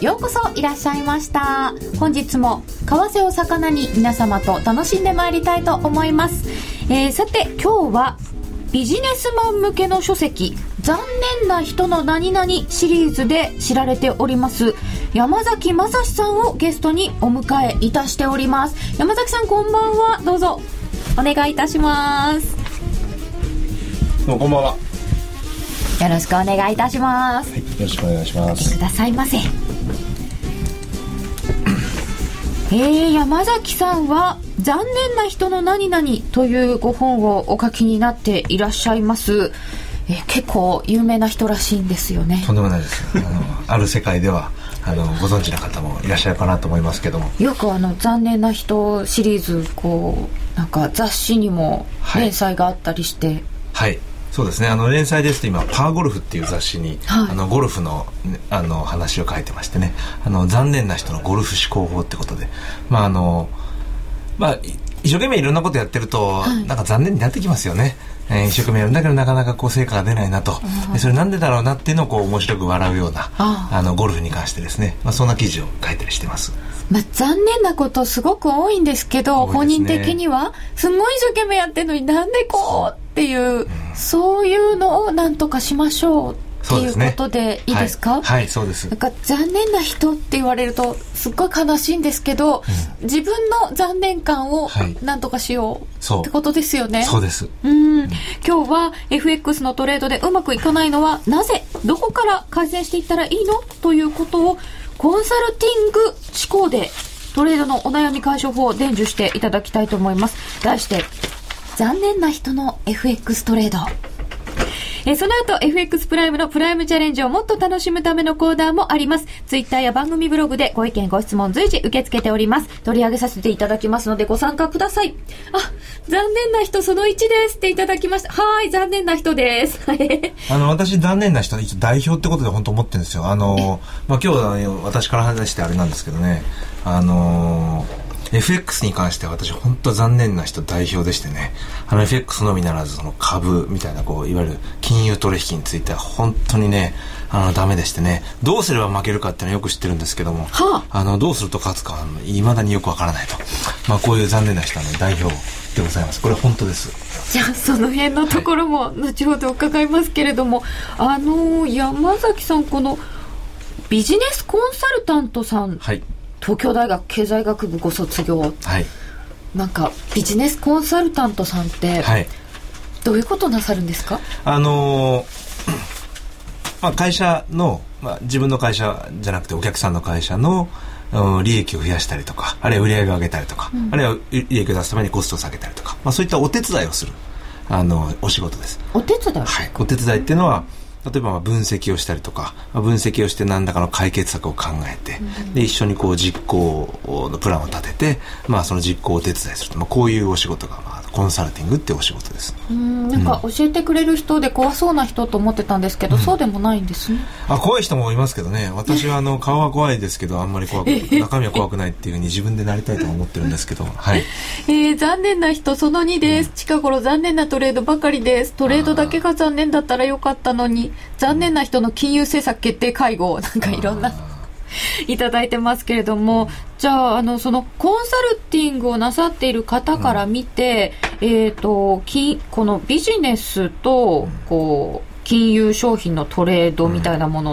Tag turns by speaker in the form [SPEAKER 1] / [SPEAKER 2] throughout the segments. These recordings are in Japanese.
[SPEAKER 1] ようこそいらっしゃいました。本日も為替を魚に皆様と楽しんでまいりたいと思います。さて今日はビジネスマン向けの書籍残念な人の何々シリーズで知られております山崎正史さんをゲストにお迎えいたしております。山崎さんこんばんは、どうぞお願いいたします。
[SPEAKER 2] どうもこんばんは、
[SPEAKER 1] よろしくお願いいたします。
[SPEAKER 2] はい、よろしくお願いします。
[SPEAKER 1] くださいませ。山崎さんは残念な人の何々というご本をお書きになっていらっしゃいます。結構有名な人らしいんですよね。
[SPEAKER 2] とんでもないです。ある世界ではご存知な方もいらっしゃるかなと思いますけども、
[SPEAKER 1] よく残念な人シリーズなんか雑誌にも連載があったりして、
[SPEAKER 2] はい、そうですね。連載ですと今パワーゴルフっていう雑誌に、はい、ゴルフの、話を書いてましてね、残念な人のゴルフ思考法ってことで、一生懸命いろんなことやってると、はい、なんか残念になってきますよね。一生懸命やるんだけどなかなか成果が出ないなと、それなんでだろうなっていうのを面白く笑うようなゴルフに関してですね、そんな記事を書いたりしてます。
[SPEAKER 1] 残念なことすごく多いんですけど、本人的にはすごい一生懸命やってるのになんでっていう、そういうのをなんとかしましょうっていうことでいいですか？
[SPEAKER 2] はい、はい、そうです。
[SPEAKER 1] なんか残念な人って言われるとすっごい悲しいんですけど、自分の残念感をなんとかしようってことですよね。
[SPEAKER 2] そうです。
[SPEAKER 1] 今日は FX のトレードでうまくいかないのはなぜ、どこから改善していったらいいのということをコンサルティング思考でトレードのお悩み解消法を伝授していただきたいと思います。題して残念な人の FX トレード。その後 FX プライムのプライムチャレンジをもっと楽しむためのコーナーもあります。ツイッターや番組ブログでご意見ご質問随時受け付けております。取り上げさせていただきますのでご参加ください。残念な人その1ですっていただきました。はい、残念な人です。
[SPEAKER 2] 私残念な人一応代表ってことで本当思ってるんですよ。今日は私から話してあれなんですけどね、FX に関しては私本当残念な人代表でしてね、FX のみならずその株みたいないわゆる金融取引については本当にねダメでしてね、どうすれば負けるかっていうのはよく知ってるんですけども、どうすると勝つかは未だによくわからないと、こういう残念な人の代表でございます。これ本当です。
[SPEAKER 1] じゃあその辺のところも後ほど伺いますけれども、山崎さんこのビジネスコンサルタントさん、はい、東京大学経済学部ご卒業、はい、なんかビジネスコンサルタントさんって、はい、どういうことなさるんですか？
[SPEAKER 2] 会社の、自分の会社じゃなくてお客さんの会社の利益を増やしたりとか、あるいは売り上げを上げたりとか、あるいは利益を出すためにコストを下げたりとか、そういったお手伝いをするお仕事です。
[SPEAKER 1] お手伝い？
[SPEAKER 2] はい、お手伝いっていうのは例えば分析をしたりとか、分析をして何らかの解決策を考えて、で一緒に実行のプランを立てて、その実行をお手伝いすると、こういうお仕事がコンサルティングっていうお仕事です。
[SPEAKER 1] なんか教えてくれる人で怖そうな人と思ってたんですけど、そうでもないんですね。
[SPEAKER 2] 怖い人もいますけどね。私は顔は怖いですけどあんまり中身は怖くないっていうふうに自分でなりたいと思ってるんですけど、はい。
[SPEAKER 1] 残念な人その2です。近頃残念なトレードばかりです。トレードだけが残念だったらよかったのに、残念な人の金融政策決定会合、なんかいろんないただいてますけれども、じゃあそのコンサルティングをなさっている方から見て、このビジネスと金融商品のトレードみたいなものって、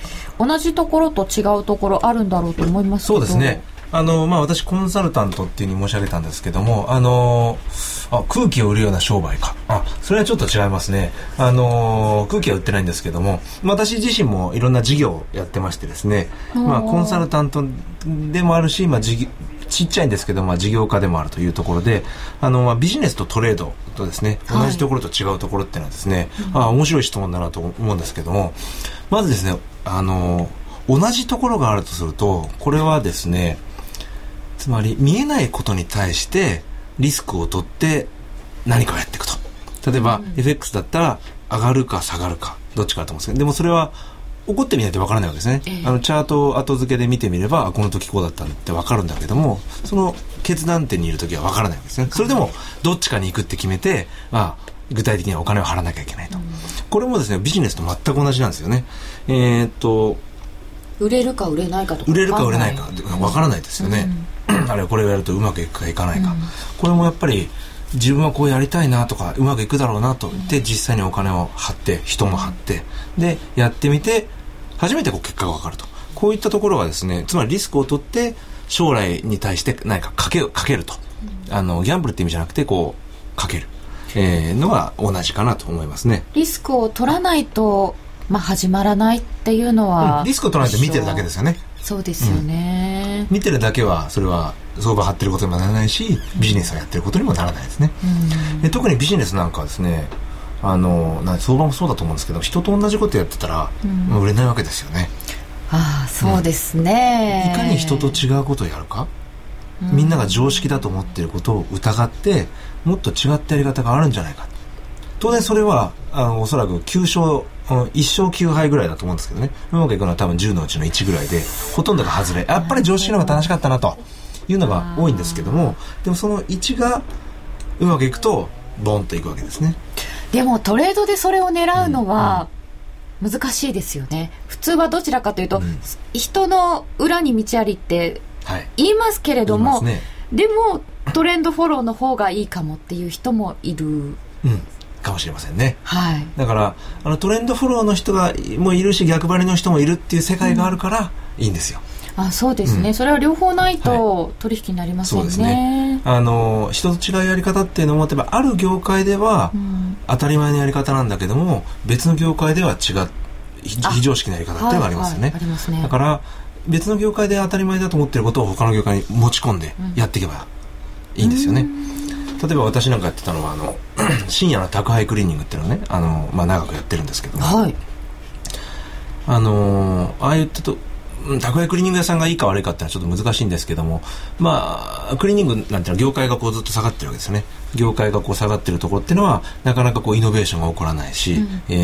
[SPEAKER 1] 同じところと違うところあるんだろうと思いますけど。
[SPEAKER 2] そうですね。私コンサルタントっていうふうに申し上げたんですけども、空気を売るような商売か。それはちょっと違いますね。空気は売ってないんですけども、私自身もいろんな事業をやってましてですね、コンサルタントでもあるし、ちっちゃいんですけど、事業家でもあるというところで、ビジネスとトレードとですね、同じところと違うところっていうのはですね、面白い質問だなと思うんですけども、まずですね、同じところがあるとすると、これはですね、つまり見えないことに対してリスクを取って何かをやっていくと。例えば、FX だったら上がるか下がるかどっちかだと思うんですけど、でもそれは起こってみないと分からないわけですね。チャートを後付けで見てみればこの時こうだったんって分かるんだけども、その決断点にいる時は分からないわけですね。それでもどっちかに行くって決めて、具体的にはお金を払わなきゃいけないと。これもですね、ビジネスと全く同じなんですよね。
[SPEAKER 1] 売れるか売れないかとか
[SPEAKER 2] 売れるか売れないかわからないですよね、あるいはこれをやるとうまくいくかいかないか、これもやっぱり自分はこうやりたいなとかうまくいくだろうなと言って実際にお金を張って人も張ってでやってみて初めてこう結果が分かると、こういったところはですね、つまりリスクを取って将来に対して何かかけると、ギャンブルって意味じゃなくてこうかける、のが同じかなと思いますね。
[SPEAKER 1] リスクを取らないと、始まらないっていうのは、
[SPEAKER 2] リスクを取らないと見てるだけですよね。
[SPEAKER 1] そうですよね、
[SPEAKER 2] 見てるだけはそれは相場張ってることにもならないしビジネスをやってることにもならないですね、で特にビジネスなんかはですね、相場もそうだと思うんですけど、人と同じことやってたら、売れないわけですよね。
[SPEAKER 1] そうですね、
[SPEAKER 2] いかに人と違うことをやるか、みんなが常識だと思っていることを疑ってもっと違ったやり方があるんじゃないか。当然それはおそらく1勝9敗ぐらいだと思うんですけどね、うまくいくのは多分10のうちの1ぐらいでほとんどが外れ、やっぱり常識の方が正しかったなというのが多いんですけども、でもその1がうまくいくとボンといくわけですね。で
[SPEAKER 1] もトレードでそれを狙うのは難しいですよね。普通はどちらかというと、人の裏に道ありって言いますけれども、でもトレンドフォローの方がいいかもっていう人もいる、
[SPEAKER 2] かもしれませんね、だからトレンドフォローの人がもいるし逆張りの人もいるっていう世界があるからいいんですよ、
[SPEAKER 1] そうですね、それは両方ないと取引になりませんね、そうですね。
[SPEAKER 2] 人と違うやり方っていうのも例えばある業界では当たり前のやり方なんだけども、別の業界では違う非常識なやり方っていうのがありますよね、だから別の業界で当たり前だと思っていることを他の業界に持ち込んでやっていけばいいんですよね、例えば私なんかやってたのは深夜の宅配クリーニングっていうのをね長くやってるんですけども、ああいったと宅配クリーニング屋さんがいいか悪いかってのはちょっと難しいんですけども、クリーニングなんていうのは業界がこうずっと下がってるわけですよね。業界がこう下がってるところっていうのはなかなかこうイノベーションが起こらないし、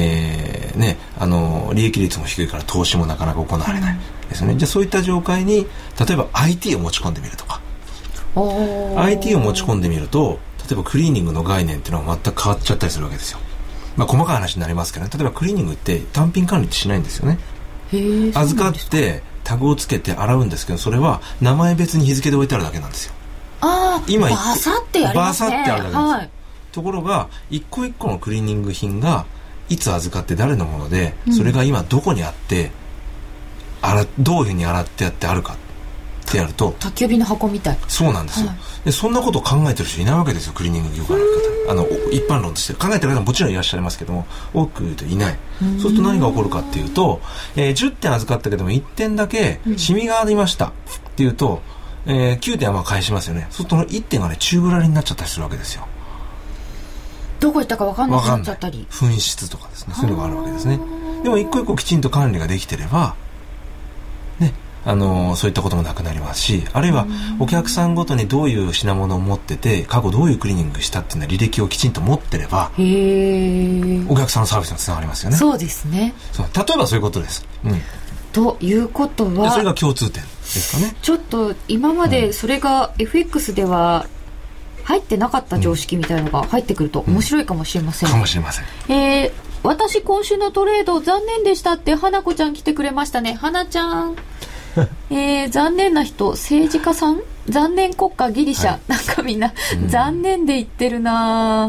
[SPEAKER 2] 利益率も低いから投資もなかなか行われないですよね。じゃあそういった業界に例えば IT を持ち込んでみるとか、IT を持ち込んでみると例えばクリーニングの概念っていうのは全く変わっちゃったりするわけですよ。細かい話になりますけどね、例えばクリーニングって単品管理ってしないんですよね。預かってタグをつけて洗うんですけど、それは名前別に日付で置いてあるだけなんですよ。今
[SPEAKER 1] バサってやりますね。
[SPEAKER 2] バサってあるだけなんですよ、ところが一個一個のクリーニング品がいつ預かって誰のもので、それが今どこにあってどういうふうに洗ってやってあるかってやると
[SPEAKER 1] 宅急便の箱みたい。
[SPEAKER 2] そうなんですよ、でそんなことを考えてる人いないわけですよ、クリーニング業界の方。一般論として考えてる方ももちろんいらっしゃいますけども、多く言うといない。そうすると何が起こるかっていうと、10点預かったけども1点だけシミがありましたっていうと、9点は返しますよね。そうすると1点がね宙ぶらりになっちゃったりするわけですよ。
[SPEAKER 1] どこ行ったか分かんなくなっちゃったり、
[SPEAKER 2] 紛失とかですね、そういうのがあるわけですね。でも一個一個きちんと管理ができてればね、そういったこともなくなりますし、あるいはお客さんごとにどういう品物を持ってて過去どういうクリーニングしたっていうのは履歴をきちんと持ってればお客さんのサービスにつながりますよね。
[SPEAKER 1] そうですね。
[SPEAKER 2] 例えばそういうことです、
[SPEAKER 1] ということは
[SPEAKER 2] それが共通点ですかね。
[SPEAKER 1] ちょっと今までそれが FX では入ってなかった常識みたいなのが入ってくると面白いかもしれません、
[SPEAKER 2] かもしれません。
[SPEAKER 1] 私今週のトレード残念でしたって花子ちゃん来てくれましたね。花ちゃん残念な人、政治家さん、残念国家ギリシャ、なんかみんな、残念で言ってるな。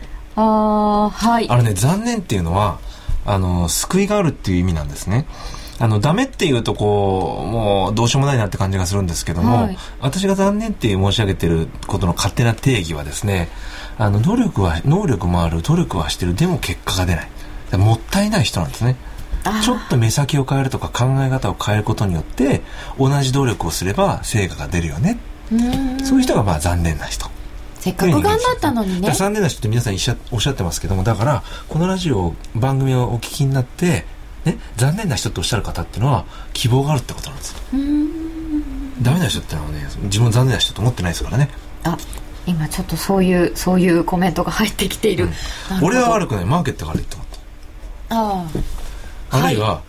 [SPEAKER 2] 残念っていうのは救いがあるっていう意味なんですね。ダメっていうともうどうしようもないなって感じがするんですけども、私が残念って申し上げてることの勝手な定義はですね、能力もある、努力はしてる、でも結果が出ない、もったいない人なんですね。ちょっと目先を変えるとか考え方を変えることによって同じ努力をすれば成果が出るよね。そういう人が残念な人。
[SPEAKER 1] せっかく頑張ったのにね。
[SPEAKER 2] 残念な人って皆さんおっしゃってますけども、だからこのラジオ番組をお聞きになって残念な人っておっしゃる方っていうのは希望があるってことなんですよ。ダメな人ってのはね、自分残念な人と思ってないですからね。
[SPEAKER 1] 今ちょっとそういうコメントが入ってきている、
[SPEAKER 2] 俺は悪くない、マーケットが悪いって思った。あるいは、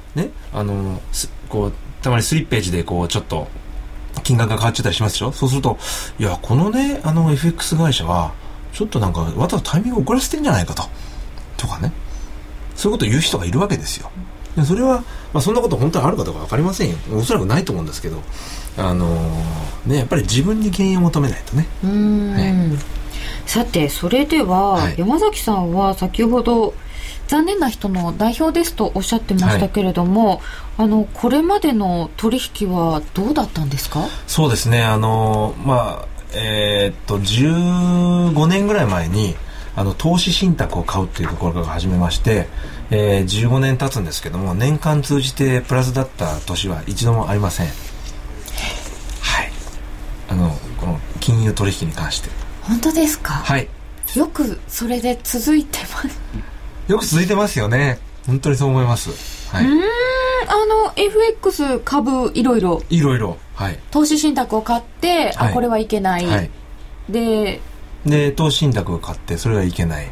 [SPEAKER 2] たまにスリッページでちょっと金額が変わっちゃったりしますでしょ。そうするといやこのねFX 会社はちょっとなんかわざとタイミングを遅らせてんじゃないかとかね、そういうことを言う人がいるわけですよ。 でそれは、そんなこと本当にあるかどうか分かりませんよ。おそらくないと思うんですけど、やっぱり自分に原因を求めないとね。
[SPEAKER 1] さて、それでは、山崎さんは先ほど残念な人の代表ですとおっしゃってましたけれども、これまでの取引はどうだったんですか？
[SPEAKER 2] そうですね、15年ぐらい前に投資信託を買うっていうところから始めまして、15年経つんですけども、年間通じてプラスだった年は一度もありません。はい。この金融取引に関して。
[SPEAKER 1] 本当ですか？
[SPEAKER 2] はい。
[SPEAKER 1] よくそれで続いてます。
[SPEAKER 2] よく続いてますよね。本当にそう思います。はい。
[SPEAKER 1] FX 株いろいろ。
[SPEAKER 2] はい。
[SPEAKER 1] 投資信託を買って、
[SPEAKER 2] はい、
[SPEAKER 1] これはいけない。
[SPEAKER 2] はい。
[SPEAKER 1] で、
[SPEAKER 2] 投資信託を買って、それはいけない。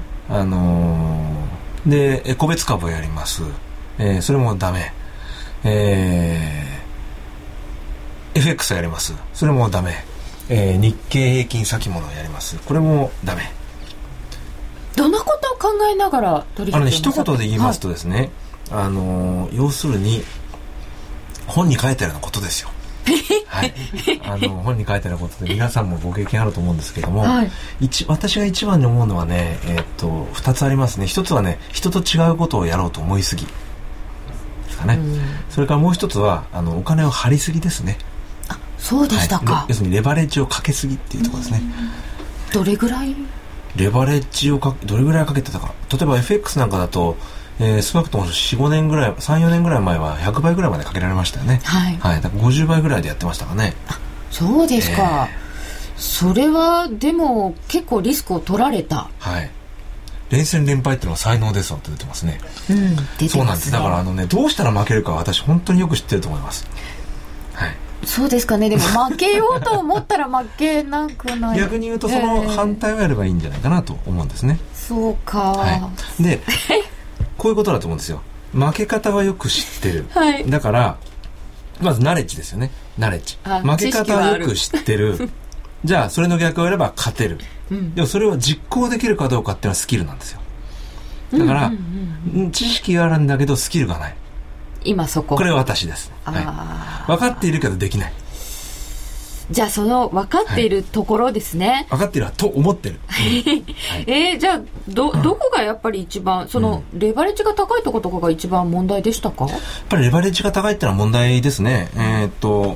[SPEAKER 2] で、個別株をやります。それもダメ。FX をやります。それもダメ。日経平均先物をやります。これもダメ。
[SPEAKER 1] どんなことを考えながら取引をなさって？
[SPEAKER 2] 一言で言いますとですね、要するに本に書いてあるようなことですよ。はい。本に書いてあることで皆さんもご経験あると思うんですけども、はい、私が一番に思うのはね、2つありますね。一つはね、人と違うことをやろうと思いすぎですかね。それからもう一つはお金を張りすぎですね。
[SPEAKER 1] あ、そうでしたか。
[SPEAKER 2] 要するにレバレッジをかけすぎっていうところですね。
[SPEAKER 1] どれぐらい
[SPEAKER 2] レバレッジをどれぐらいかけてたか。例えば FX なんかだと、少なくとも4、5年ぐらい、3、4年ぐらい前は100倍ぐらいまでかけられましたよね。はい。はい。だから50倍ぐらいでやってましたかね。
[SPEAKER 1] あ、そうですか。それは、でも、結構リスクを取られた。
[SPEAKER 2] はい。連戦連敗っていうのは才能ですわって出てますね。
[SPEAKER 1] 出てますね。
[SPEAKER 2] そうなんです。だからどうしたら負けるか私本当によく知ってると思います。はい。
[SPEAKER 1] そうですかね。でも負けようと思ったら負けなくない。
[SPEAKER 2] 逆に言うとその反対をやればいいんじゃないかなと思うんですね。
[SPEAKER 1] そうか。
[SPEAKER 2] はい。で、こういうことだと思うんですよ。負け方はよく知ってる。
[SPEAKER 1] はい。
[SPEAKER 2] だから、まずナレッジですよね。ナレッジ。負け方はよく知ってる。じゃあ、それの逆をやれば勝てる。でもそれを実行できるかどうかっていうのはスキルなんですよ。だから、知識があるんだけどスキルがない。
[SPEAKER 1] 今そこ。
[SPEAKER 2] これは私です。はい。分かっているけどできない。
[SPEAKER 1] じゃあその分かっているところですね。
[SPEAKER 2] はい、分かっていると思ってる。
[SPEAKER 1] はい、じゃあどこがやっぱり一番レバレッジが高いところとかが一番問題でしたか？やっ
[SPEAKER 2] ぱりレバレッジが高いってのは問題ですね。多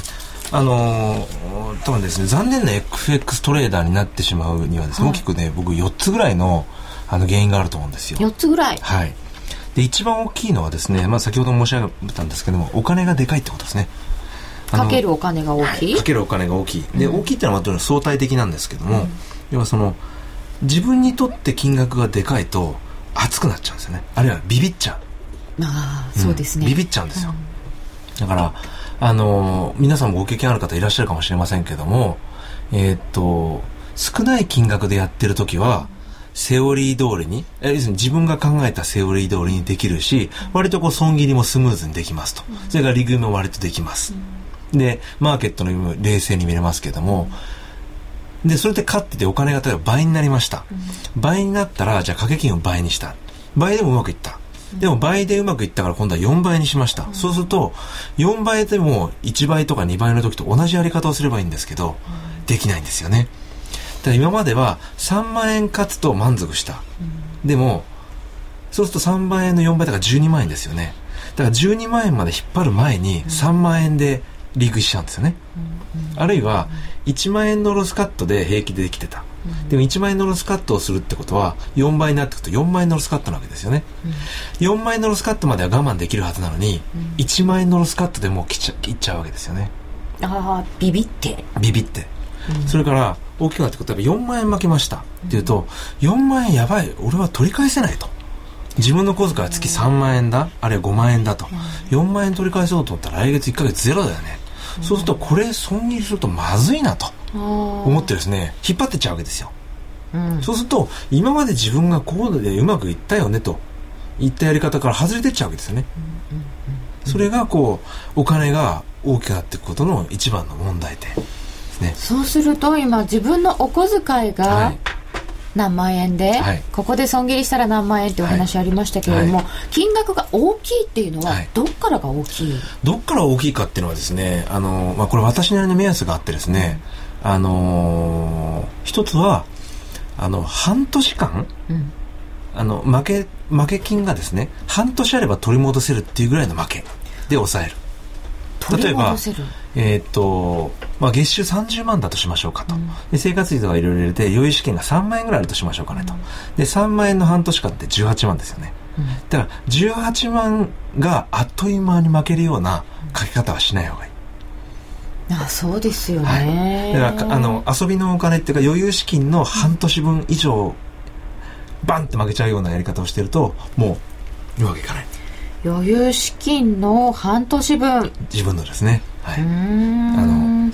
[SPEAKER 2] 分ですね、残念な FX トレーダーになってしまうにはですね、大きくね、僕4つぐらいの原因があると思うんですよ。
[SPEAKER 1] 4つぐらい。
[SPEAKER 2] はい。で一番大きいのはですね、先ほど申し上げたんですけども、お金がでかいってことですね。
[SPEAKER 1] かけるお金が大きい。
[SPEAKER 2] かけるお金が大きい。で、大きいってのは相対的なんですけども、要は自分にとって金額がでかいと熱くなっちゃうんですよね。あるいはビビっちゃう。
[SPEAKER 1] そうですね。
[SPEAKER 2] ビビっちゃうんですよ。だから皆さんもご経験ある方いらっしゃるかもしれませんけども、少ない金額でやってるときはセオリー通りに、要するに自分が考えたセオリー通りにできるし、割と損切りもスムーズにできますと。それから利食いも割とできます。で、マーケットの意味も冷静に見れますけども、で、それで勝っててお金が例えば倍になりました。倍になったら、じゃあ掛け金を倍にした。倍でもうまくいった。でも倍でうまくいったから今度は4倍にしました。そうすると、4倍でも1倍とか2倍の時と同じやり方をすればいいんですけど、できないんですよね。だから今までは3万円勝つと満足した。でも、そうすると3万円の4倍だから12万円ですよね。だから12万円まで引っ張る前に3万円で利食いしちゃうんですよね。あるいは1万円のロスカットで平気でできてた。でも1万円のロスカットをするってことは4倍になってくると4万円のロスカットなわけですよね。4万円のロスカットまでは我慢できるはずなのに、1万円のロスカットでもう切っちゃうわけですよね。
[SPEAKER 1] ビビって。
[SPEAKER 2] それから大きくなってくると4万円負けましたっていうと、4万円やばい、俺は取り返せないと。自分の小遣いは月3万円だ、あるいは5万円だと。4万円取り返そうと思ったら来月1ヶ月ゼロだよね。そうするとこれ損切りするとまずいなと思ってですね、引っ張ってっちゃうわけですよ。そうすると今まで自分がこうでうまくいったよねといったやり方から外れてっちゃうわけですよね。それがお金が大きくなっていくことの一番の問題点ですね。
[SPEAKER 1] そうすると今自分のお小遣いが何万円で、
[SPEAKER 2] はい、
[SPEAKER 1] ここで損切りしたら何万円ってお話ありましたけれども、はいはい、金額が大きいっていうのはどっからが大きい、
[SPEAKER 2] どっから大きいかっていうのはですね、これ私なりの目安があってですね、一つは半年間、負け金がですね半年あれば取り戻せるっていうぐらいの負けで抑える。例えば月収30万だとしましょうかと、で生活費とかいろいろ入れて余裕資金が3万円ぐらいあるとしましょうかねと、で3万円の半年間って18万ですよね、だから18万があっという間に負けるような書き方はしない方がいい。
[SPEAKER 1] そうですよね、
[SPEAKER 2] はい、だから遊びのお金っていうか余裕資金の半年分以上バンって負けちゃうようなやり方をしてるともううまくいかない。
[SPEAKER 1] 余裕資金の半年分
[SPEAKER 2] 自分のですね、はい、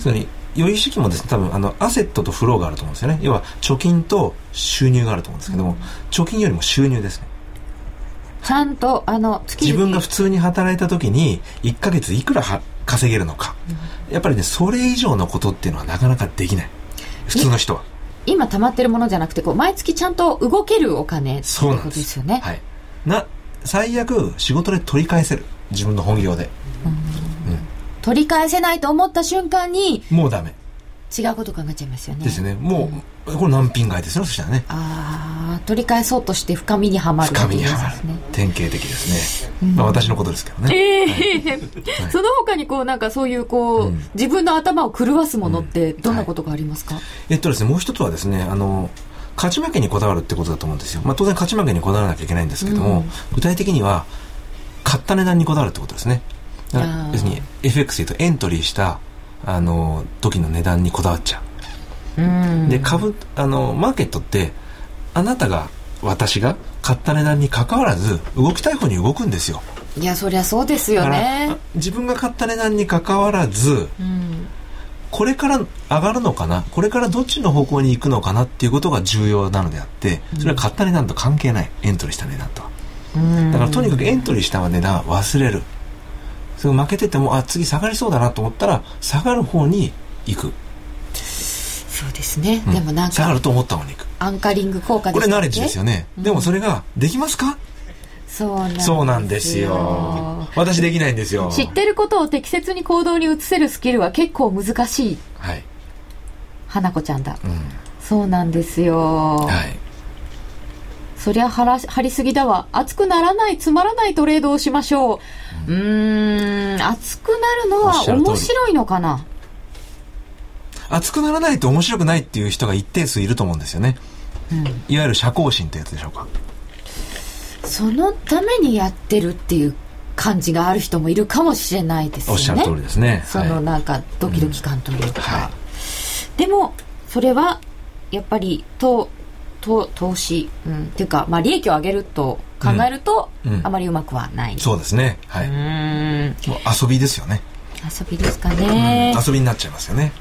[SPEAKER 2] それに余裕資金もですね多分アセットとフローがあると思うんですよね。要は貯金と収入があると思うんですけども、貯金よりも収入ですね。
[SPEAKER 1] ちゃんと月々
[SPEAKER 2] 自分が普通に働いた時に1ヶ月いくら稼げるのか、やっぱりねそれ以上のことっていうのはなかなかできない普通の人は。
[SPEAKER 1] 今貯まってるものじゃなくて毎月ちゃんと動けるお金ってことですよね。
[SPEAKER 2] はい、最悪仕事で取り返せる自分の本業で、
[SPEAKER 1] 取り返せないと思った瞬間に
[SPEAKER 2] もうダメ
[SPEAKER 1] 違うこと考えちゃいますよね。
[SPEAKER 2] ですね。もう、これ難品買いですよ。そしたらね
[SPEAKER 1] 取り返そうとして深みにはまる、
[SPEAKER 2] 深みにはまる、典型的ですね、私のことですけどね、
[SPEAKER 1] はい、その他になんかそういう自分の頭を狂わすものってどんなことがありますか？
[SPEAKER 2] ですね、もう一つはですね勝ち負けにこだわるってことだと思うんですよ。当然勝ち負けにこだわらなきゃいけないんですけども、具体的には買った値段にこだわるってことですね。別に FX で言うとエントリーした時の値段にこだわっちゃう。でマーケットって私が買った値段に関わらず動きたい方に動くんですよ。
[SPEAKER 1] いやそりゃそうですよね。
[SPEAKER 2] 自分が買った値段に関わらず、これから上がるのかな、これからどっちの方向に行くのかなっていうことが重要なのであって、それは買った値段と関係ない。エントリーした値段とは。だからとにかくエントリーした値段は忘れる。それ負けてても次下がりそうだなと思ったら下がる方に行く。
[SPEAKER 1] そうですね、でも
[SPEAKER 2] 下がると思った方に行く。
[SPEAKER 1] アンカリング効果ですね。
[SPEAKER 2] これナレッジですよね、でもそれができますか？そうなんですよ。私できないんですよ。
[SPEAKER 1] 知ってることを適切に行動に移せるスキルは結構難しい。
[SPEAKER 2] はい。
[SPEAKER 1] 花子ちゃんだ。そうなんですよ。
[SPEAKER 2] はい。
[SPEAKER 1] そりゃ張りすぎだわ。熱くならないつまらないトレードをしましょう。熱くなるのは面白いのかな。
[SPEAKER 2] 熱くならないと面白くないっていう人が一定数いると思うんですよね。いわゆる社交心ってやつでしょうか。
[SPEAKER 1] そのためにやってるっていう感じがある人もいるかもしれないですよね。
[SPEAKER 2] おっしゃる通りですね。
[SPEAKER 1] なんかドキドキ感というか、でもそれはやっぱり投資、っていうか、利益を上げると考えると、あまりうまくはない。
[SPEAKER 2] そうですね。はい。もう遊びですよね。
[SPEAKER 1] 遊びですかね。
[SPEAKER 2] 遊びになっちゃいますよね。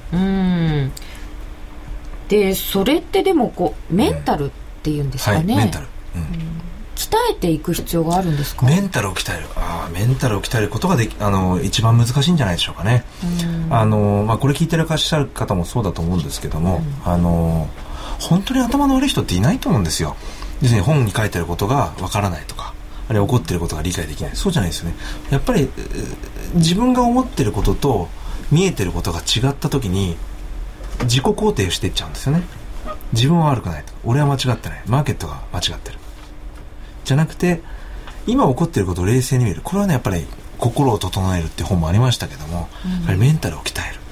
[SPEAKER 1] でそれってでもメンタルっていうんですかね。
[SPEAKER 2] メンタル。
[SPEAKER 1] 鍛えていく必要があるんですか？
[SPEAKER 2] メンタルを鍛える。メンタルを鍛えることが一番難しいんじゃないでしょうかね。これ聞いてらっしゃる方もそうだと思うんですけども、本当に頭の悪い人っていないと思うんですよ。要するに本に書いてあることがわからないとか、あるいは起こっていることが理解できない。そうじゃないですよね。やっぱり自分が思っていることと見えていることが違った時に自己肯定していっちゃうんですよね。自分は悪くないと、俺は間違ってない、マーケットが間違ってるじゃなくて、今起こっていることを冷静に見る。これはねやっぱり心を整えるって本もありましたけども、やっぱりメンタルを鍛える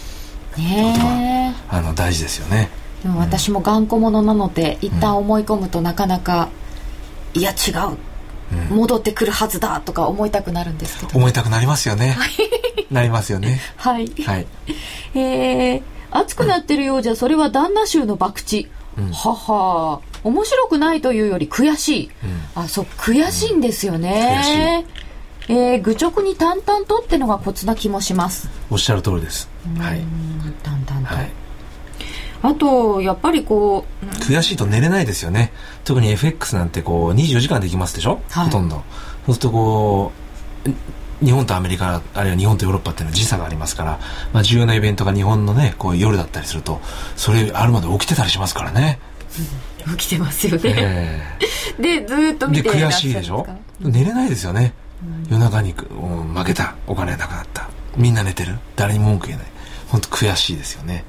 [SPEAKER 2] ことが大事ですよね。
[SPEAKER 1] でも私も頑固者なので、一旦思い込むとなかなか、いや違う、戻ってくるはずだとか思いたくなるんですけど、
[SPEAKER 2] 思いたくなりますよね。なりますよね。
[SPEAKER 1] はい、熱くなってるようじゃそれは旦那衆の博打、面白くないというより悔しい、悔しいんですよね。愚直に淡々とってのがコツな気もします。
[SPEAKER 2] おっしゃる通りです。
[SPEAKER 1] 淡々と、あとやっぱり
[SPEAKER 2] 悔しいと寝れないですよね。特に FX なんて24時間できますでしょ、ほとんど。そうすると日本とアメリカ、あるいは日本とヨーロッパっていうのは時差がありますから、重要なイベントが日本のね夜だったりすると、それあるまで起きてたりしますからね。
[SPEAKER 1] 起きてますよね、でずーっと見ていらっしゃるんですか。
[SPEAKER 2] で悔しいでしょ、寝れないですよね、夜中に負けた、お金なくなった、みんな寝てる、誰に文句言えない、本当悔しいですよね、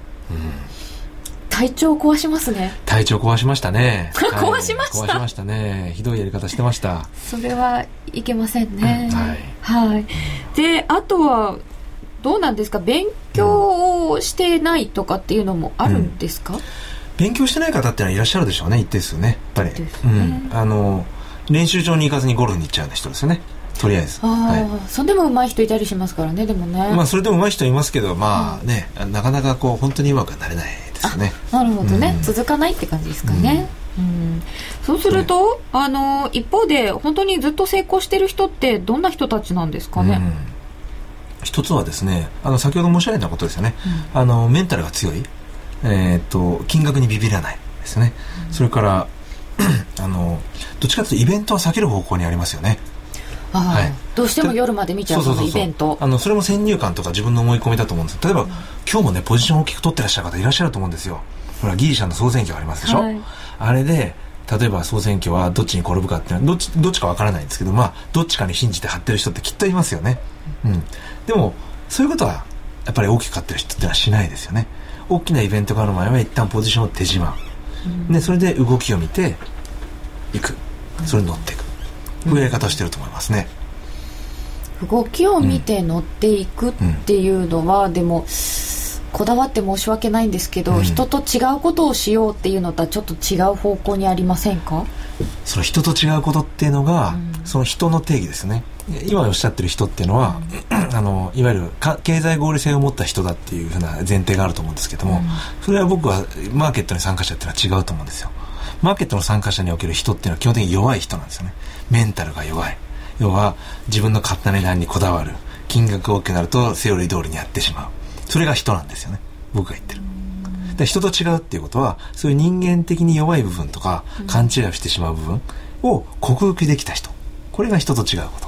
[SPEAKER 1] 体調壊しますね。
[SPEAKER 2] 体調壊しましたね
[SPEAKER 1] 壊しました、
[SPEAKER 2] 壊しましたね、ひどいやり方してました。
[SPEAKER 1] それはいけませんね、
[SPEAKER 2] はい、
[SPEAKER 1] であとはどうなんですか、勉強をしてないとかっていうのもあるんですか。
[SPEAKER 2] 勉強してない方ってのはいらっしゃるでしょうね、一定数ね、やっぱり、練習場に行かずにゴルフに行っちゃう人ですよね、とりあえず。
[SPEAKER 1] それでも上手い人いたりしますからね、でもね。
[SPEAKER 2] それでも上手い人いますけど、なかなか本当にうまくはなれないですよね。
[SPEAKER 1] なるほどね、続かないって感じですかね。そうすると、一方で本当にずっと成功してる人ってどんな人たちなんですかね。
[SPEAKER 2] 一つはですね、先ほど申し上げたことですよね、メンタルが強い、金額にビビらないですね、それからどっちかというとイベントは避ける方向にありますよね。どうしても夜まで見ちゃうそのイベント、それも先入観とか自分の思い込みだと思うんです。例えば、今日もねポジションを大きく取ってらっしゃる方いらっしゃると思うんですよ。ほらギリシャの総選挙ありますでしょ、あれで例えば総選挙はどっちに転ぶかっていうのはどっちかわからないんですけど、どっちかに信じて張ってる人ってきっといますよね。でもそういうことはやっぱり大きく勝ってる人ってのはしないですよね。大きなイベントがある前は一旦ポジションを手締まう、でそれで動きを見ていく、それに乗っていく、こういうやり方をしてると思いますね。
[SPEAKER 1] 動きを見て乗っていくっていうのは、でもこだわって申し訳ないんですけど、人と違うことをしようっていうのとはちょっと違う方向にありませんか。
[SPEAKER 2] その人と違うことっていうのが、その人の定義ですね。今おっしゃってる人っていうのは、いわゆる経済合理性を持った人だっていうふうな前提があると思うんですけども、それは僕はマーケットに参加者っていうのは違うと思うんですよ。マーケットの参加者における人っていうのは基本的に弱い人なんですよね。メンタルが弱い、要は自分の勝手な値段にこだわる、金額が大きくなるとセオリー通りにやってしまう、それが人なんですよね、僕が言ってる。で人と違うっていうことは、そういう人間的に弱い部分とか勘違いをしてしまう部分を克服できた人、これが人と違うこと。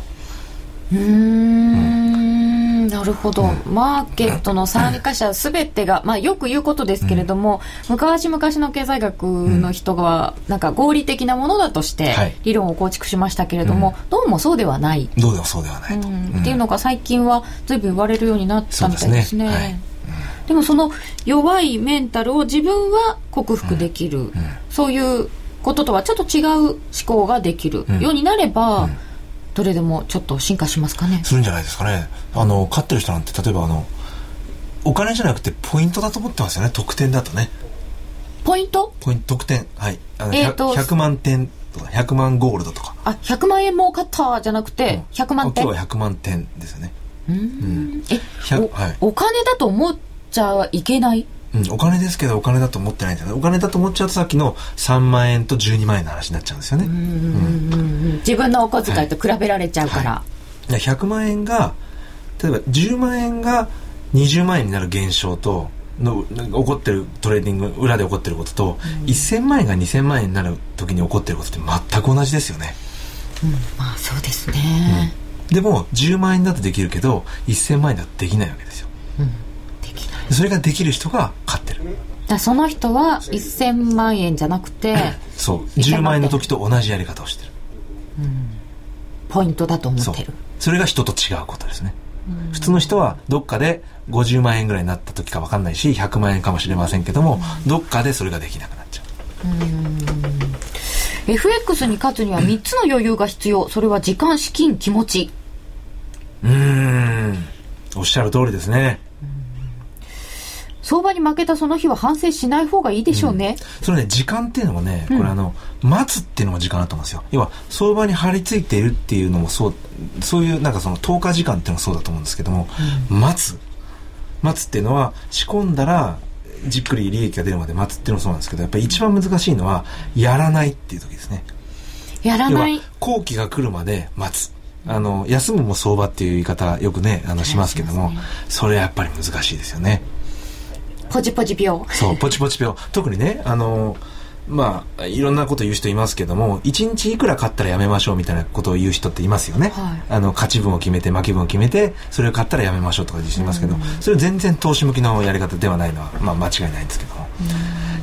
[SPEAKER 1] なるほど、マーケットの参加者全てが、よく言うことですけれども、昔々の経済学の人がなんか合理的なものだとして理論を構築しましたけれども、どうもそうではない、
[SPEAKER 2] どうもそうではないと、
[SPEAKER 1] っていうのが最近は随分言われるようになったみたいですね。でもその弱いメンタルを自分は克服できる、そういうこととはちょっと違う思考ができるようになれば、どれでもちょっと進化しますかね。
[SPEAKER 2] するんじゃないですかね。勝ってる人なんて例えばお金じゃなくてポイントだと思ってますよね。得点だとね。
[SPEAKER 1] ポイント
[SPEAKER 2] 得点、はい、100万点とか100万ゴールドとか、
[SPEAKER 1] 100万円儲かったじゃなくて100万点、
[SPEAKER 2] 今日は100万点ですよね。
[SPEAKER 1] お金だと思っちゃいけない、
[SPEAKER 2] お金ですけどお金だと思ってないんですよね。お金だと思っちゃうとさっきの3万円と12万円の話になっちゃうんですよね。
[SPEAKER 1] 自分のお小遣いと比べられちゃうから、
[SPEAKER 2] 100万円が例えば10万円が20万円になる現象と起こってるトレーディング裏で起こってることと、1000万円が2000万円になる時に起こってることって全く同じですよね。
[SPEAKER 1] そうですね、
[SPEAKER 2] でも10万円だとできるけど1000万円だとできないわけですよ。それができる人が勝ってる。
[SPEAKER 1] その人は1000万円じゃなくて
[SPEAKER 2] そう10万円の時と同じやり方をしてる、
[SPEAKER 1] ポイントだと思ってる。
[SPEAKER 2] それが人と違うことですね。普通の人はどっかで50万円ぐらいになった時か分かんないし100万円かもしれませんけども、どっかでそれができなくなっちゃう。
[SPEAKER 1] FX に勝つには3つの余裕が必要。それは時間、資金、気持ち。
[SPEAKER 2] おっしゃる通りですね。
[SPEAKER 1] 相場に負けたその日は反省しない方がいいでしょうね。
[SPEAKER 2] それね、時間っていうのもね、これ待つっていうのも時間だと思うんですよ。要は相場に張り付いているっていうのもそういうなんかその10日時間っていうのもそうだと思うんですけども、待つっていうのは仕込んだらじっくり利益が出るまで待つっていうのもそうなんですけど、やっぱり一番難しいのはやらないっていう時ですね。
[SPEAKER 1] やらない。
[SPEAKER 2] 要は好機が来るまで待つ。休むも相場っていう言い方よくねしますけども、それはやっぱり難しいですよね。
[SPEAKER 1] ポチポチ病。そう、
[SPEAKER 2] ポチポチ病。特にね、いろんなこと言う人いますけども、1日いくら買ったらやめましょうみたいなことを言う人っていますよね。勝ち分を決めて負け分を決めて、それを買ったらやめましょうとか言う人いますけど、それ全然投資向きのやり方ではないのは、間違いないんですけども。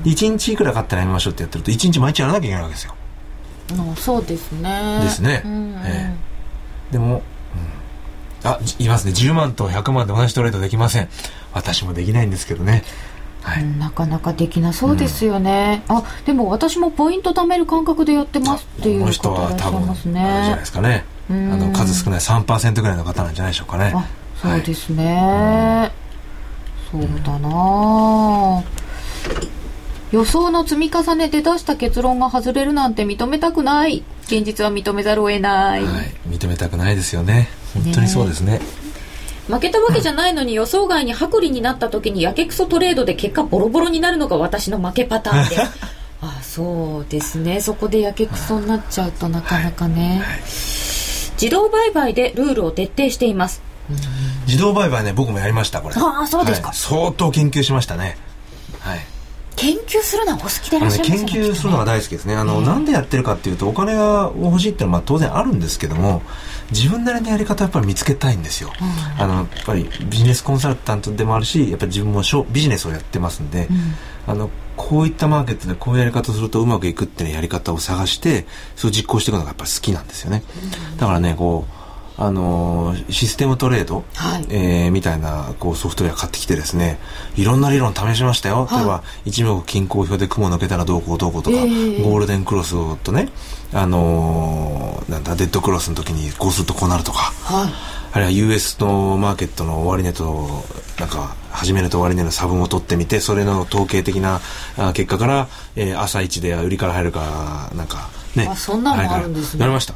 [SPEAKER 2] 1日いくら買ったらやめましょうってやってると1日毎日やらなきゃいけないわけですよ。
[SPEAKER 1] そうですね。
[SPEAKER 2] ですね。でも、言いますね。10万と100万で同じトレードできません。私もできないんですけどね。はい、
[SPEAKER 1] なかなかできなそうですよね。でも私もポイント貯める感覚でやってますっていう方いらっしゃいますね。
[SPEAKER 2] あれじゃないですかね。数少ない 3% ぐらいの方なんじゃないでしょうかね。
[SPEAKER 1] そうですね。そうだな。予想の積み重ねで出した結論が外れるなんて認めたくない。現実は認めざるを得ない。
[SPEAKER 2] 認めたくないですよね。本当にそうですね。
[SPEAKER 1] 負けたわけじゃないのに予想外に薄利になった時にやけくそトレードで結果ボロボロになるのが私の負けパターンでそうですね。そこでやけくそになっちゃうとなかなかね。自動売買でルールを徹底しています。
[SPEAKER 2] 自動売買ね、僕もやりましたこれ。
[SPEAKER 1] そうですか。
[SPEAKER 2] 相当研究しましたね。
[SPEAKER 1] 研究するのはお好きでいらっしゃいますね。
[SPEAKER 2] 研究するのが大好きですね。なんでやってるかっていうと、お金が欲しいっていうのは当然あるんですけども、自分なりのやり方をやっぱり見つけたいんですよ。やっぱりビジネスコンサルタントでもあるし、やっぱり自分もビジネスをやってますんで、こういったマーケットでこういうやり方をするとうまくいくっていうやり方を探して、そう実行していくのがやっぱり好きなんですよね。だからね、システムトレード、みたいなソフトウェア買ってきてですね、いろんな理論試しましたよ。例えば一目均衡表で雲抜けたらどうこうとか、ゴールデンクロスとね、デッドクロスの時にこうするとこうなるとか、あるいは US のマーケットの終値と始めると終値の差分を取ってみて、それの統計的な結果から、朝一で売りから入るかね。
[SPEAKER 1] そんなのもあるんですね。
[SPEAKER 2] やりました。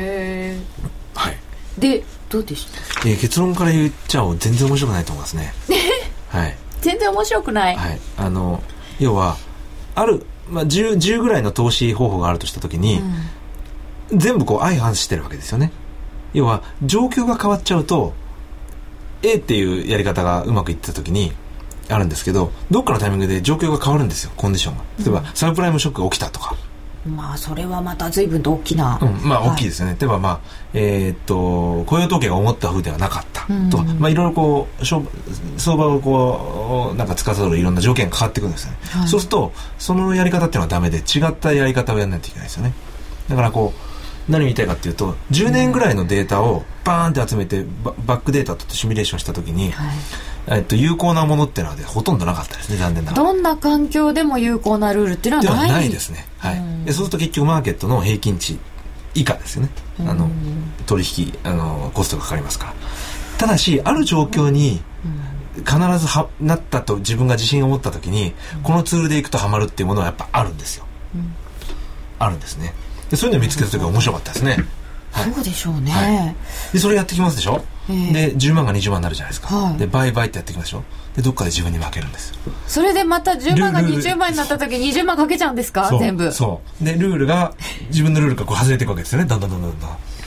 [SPEAKER 1] でどうでした？
[SPEAKER 2] 結論から言っちゃ全然面白くないと思いますね。
[SPEAKER 1] 全然面白くない。
[SPEAKER 2] 要はある、10ぐらいの投資方法があるとしたときに、全部相反してるわけですよね。要は状況が変わっちゃうと A っていうやり方がうまくいってたときにあるんですけど、どっかのタイミングで状況が変わるんですよ。コンディションが、例えばサブプライムショックが起きたとか、
[SPEAKER 1] それはまた随分と大きな、
[SPEAKER 2] 大きいですよね。例えば雇用統計が思った風ではなかったとか、いろいろ相場を司るいろんな条件が変わってくるんですよね。そうするとそのやり方っていうのはダメで、違ったやり方をやらないといけないですよね。だから何を言いたいかっていうと、10年ぐらいのデータをバーンって集めてバックデータとシミュレーションしたときに、有効なものっていうのはほとんどなかったですね。残念ながら。ど
[SPEAKER 1] んな環境でも有効なルールっていうのは
[SPEAKER 2] ないですね。そうすると結局マーケットの平均値以下ですよね。取引コストがかかりますから。ただしある状況に必ずなったと自分が自信を持ったときに、このツールでいくとハマるっていうものはやっぱあるんですよ。あるんですね。でそういうのを見つけたときは面白かったですね。
[SPEAKER 1] そうでしょうね。
[SPEAKER 2] でそれやってきますでしょ。で10万が20万になるじゃないですか。で倍々ってやってきましょう。でどっかで自分に負けるんです。
[SPEAKER 1] それでまた10万が20万になった時20万かけちゃうんですか？全部。
[SPEAKER 2] そうでルールが自分のルールが外れていくわけですよね。だんだんこんなに研究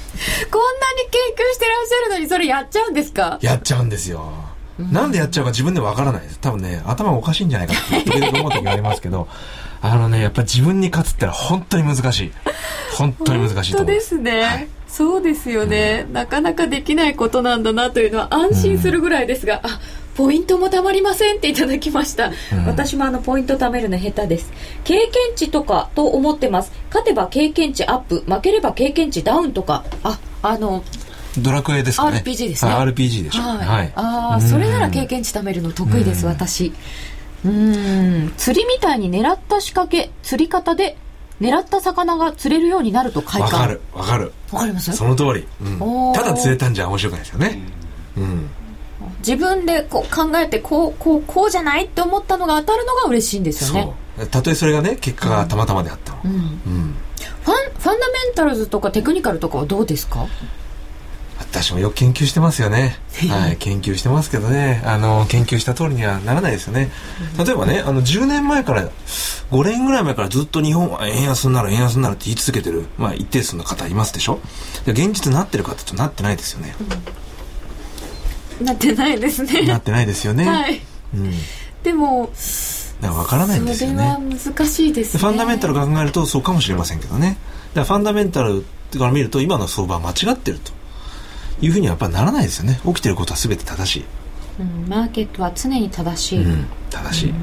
[SPEAKER 1] してらっしゃるのにそれやっちゃうんですか？
[SPEAKER 2] やっちゃうんですよ。なんでやっちゃうか自分でわからないです。多分ね、頭がおかしいんじゃないかって思う時がありますけどやっぱり自分に勝つってのは本当に難しい。本当に難しいと思う。
[SPEAKER 1] 本当ですね。そうですよね。なかなかできないことなんだなというのは安心するぐらいですが、ポイントもたまりませんっていただきました。私もポイント貯めるの下手です。経験値とかと思ってます。勝てば経験値アップ、負ければ経験値ダウンとか。
[SPEAKER 2] ドラクエですかね。
[SPEAKER 1] RPG ですね。
[SPEAKER 2] RPG でしょ。
[SPEAKER 1] それなら経験値貯めるの得意です。私。釣りみたいに狙った仕掛け、釣り方で狙った魚が釣れるようになると快感。
[SPEAKER 2] わかる。
[SPEAKER 1] わかります？
[SPEAKER 2] その通り。ただ釣れたんじゃ面白くないですよね。
[SPEAKER 1] 自分で考えてこうじゃないって思ったのが当たるのが嬉しいんですよね。
[SPEAKER 2] たとえそれがね、結果がたまたまであったの。
[SPEAKER 1] ファンダメンタルズとかテクニカルとかはどうですか？
[SPEAKER 2] 私もよく研究してますよね。研究してますけどね、研究した通りにはならないですよね。例えばね、10年前から5年ぐらい前からずっと日本は円安になるって言い続けてる、一定数の方いますでしょ。で現実なってるかって言うとなってないですよね。
[SPEAKER 1] なってないですね。
[SPEAKER 2] なってないですよね。
[SPEAKER 1] でも
[SPEAKER 2] だから分からないんですよね。
[SPEAKER 1] それは難しいですね。
[SPEAKER 2] ファンダメンタルを考えるとそうかもしれませんけどね。だからファンダメンタルから見ると今の相場は間違ってるというふうにはやっぱりならないですよね。起きてることは全て正しい。
[SPEAKER 1] マーケットは常に正しい。
[SPEAKER 2] 正しい。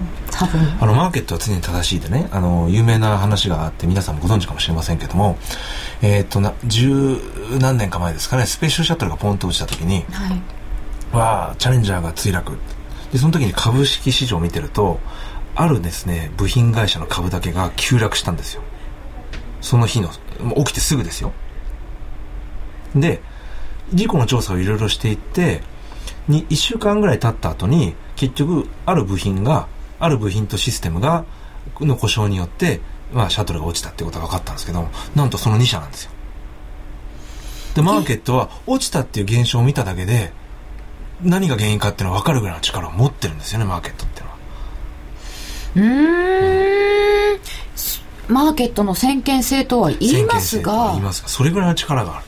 [SPEAKER 1] 多分
[SPEAKER 2] マーケットは常に正しいでね、有名な話があって皆さんもご存知かもしれませんけども、十何年か前ですかね、スペースシャトルがポンと落ちた時に、はい、チャレンジャーが墜落で、その時に株式市場を見てると、あるですね部品会社の株だけが急落したんですよ。その日の起きてすぐですよ。で事故の調査をいろいろしていって1週間ぐらい経った後に結局ある部品とシステムがの故障によって、シャトルが落ちたってことが分かったんですけど、なんとその2社なんですよ。でマーケットは落ちたっていう現象を見ただけで何が原因かっていうのは分かるぐらいの力を持ってるんですよね、マーケットっていうのは。
[SPEAKER 1] マーケットの先見性とは言いますが、
[SPEAKER 2] それぐらいの力がある。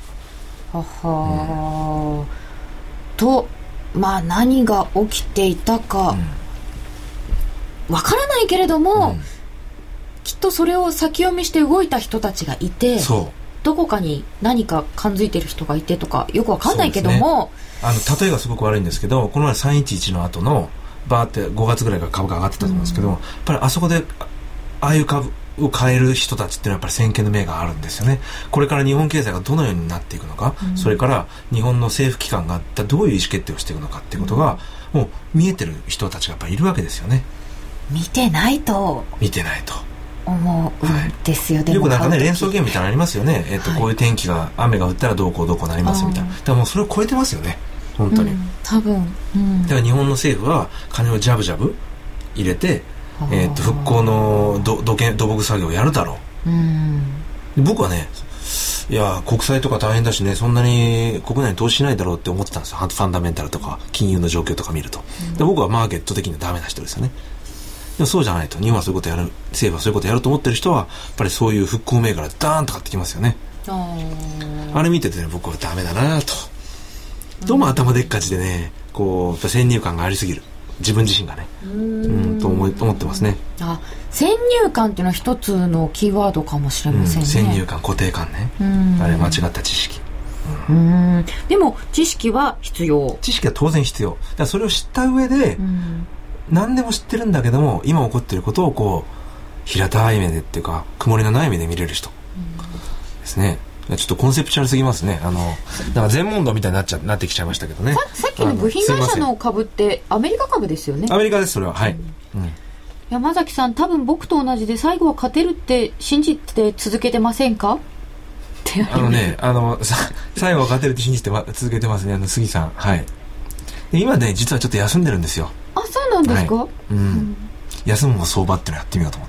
[SPEAKER 1] と、何が起きていたかわからないけれども、きっとそれを先読みして動いた人たちがいて、どこかに何か感づいてる人がいてとかよくわかんないけども、
[SPEAKER 2] 例えがすごく悪いんですけど、この前311の後のバーって5月ぐらいから株価上がってたと思うんですけど、やっぱりあそこでああいう株を変える人たちっていうのはやっぱり先見の明があるんですよね。これから日本経済がどのようになっていくのか、それから日本の政府機関がどういう意思決定をしていくのかっていうことが、もう見えてる人たちがやっぱりいるわけですよね。
[SPEAKER 1] 見てないと思うんですよ。でも
[SPEAKER 2] よくなんかね、連想ゲームみたいなのありますよね。こういう天気が雨が降ったらどうこうなりますみたいな。だからもうそれを超えてますよね、本当に。
[SPEAKER 1] 多分、
[SPEAKER 2] だから日本の政府は金をジャブジャブ入れて、復興の土木作業をやるだろう。僕はね、いや国債とか大変だしね、そんなに国内に投資しないだろうって思ってたんですよ。ファンダメンタルとか金融の状況とか見ると。で僕はマーケット的にはダメな人ですよね。でもそうじゃないと、日本はそういうことやる、政府はそういうことやると思ってる人はやっぱりそういう復興銘柄ダーンと買ってきますよね。あれ見ててね、僕はダメだなと。どうも頭でっかちでね、こう先入観がありすぎる、自分自身がね、と思ってますね。
[SPEAKER 1] 先入観っていうのは一つのキーワードかもしれませんね。
[SPEAKER 2] 先入観、固定観ね。あれ間違った知識。
[SPEAKER 1] でも知識は必要。
[SPEAKER 2] 知識は当然必要。だからそれを知った上で、何でも知ってるんだけども今起こっていることをこう平たい目でっていうか曇りのない目で見れる人ですね。ちょっとコンセプチュアルすぎますね。だから全問答みたいになってきちゃいましたけどね。
[SPEAKER 1] さっきの部品会社の株ってアメリカ株ですよね。
[SPEAKER 2] アメリカです、それは。はい、
[SPEAKER 1] 山崎さん、多分僕と同じで最後は勝てるって信じて続けてませんかって
[SPEAKER 2] 最後は勝てるって信じて続けてますね、杉さん。はい。で今ね、実はちょっと休んでるんですよ。
[SPEAKER 1] そうなんですか。
[SPEAKER 2] 休むも相場っていうのをやってみようと思って。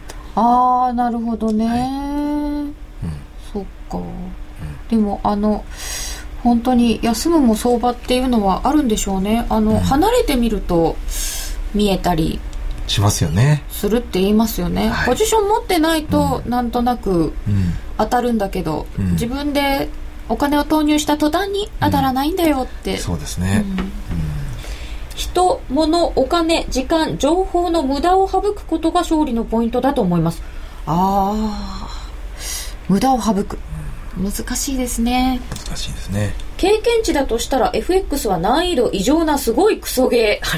[SPEAKER 1] なるほどね。そっか。でも本当に休むも相場っていうのはあるんでしょうね。離れてみると見えたり
[SPEAKER 2] しますよね。
[SPEAKER 1] するって言いますよね。ポジション持ってないとなんとなく当たるんだけど、自分でお金を投入した途端に当たらないんだよって。
[SPEAKER 2] そうですね。
[SPEAKER 1] 人、物、お金、時間、情報の無駄を省くことが勝利のポイントだと思います。無駄を省く、難しいですね。
[SPEAKER 2] 難しいですね。
[SPEAKER 1] 経験値だとしたら FX は難易度異常なすごいクソゲー。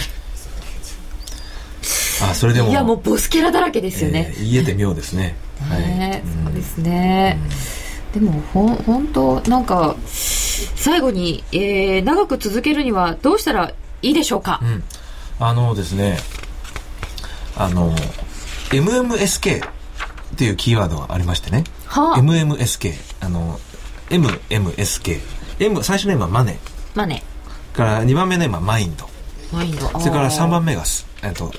[SPEAKER 2] それでも
[SPEAKER 1] いやもうボスキャラだらけですよね。
[SPEAKER 2] 言えて妙ですね。
[SPEAKER 1] そうですね。でも本当なんか最後に、長く続けるにはどうしたらいいでしょうか。
[SPEAKER 2] ですね、MMSK っていうキーワードがありましてね。MMSK、MMSK、最初の M はマネーから2番目の M はマインド、それから3番目がス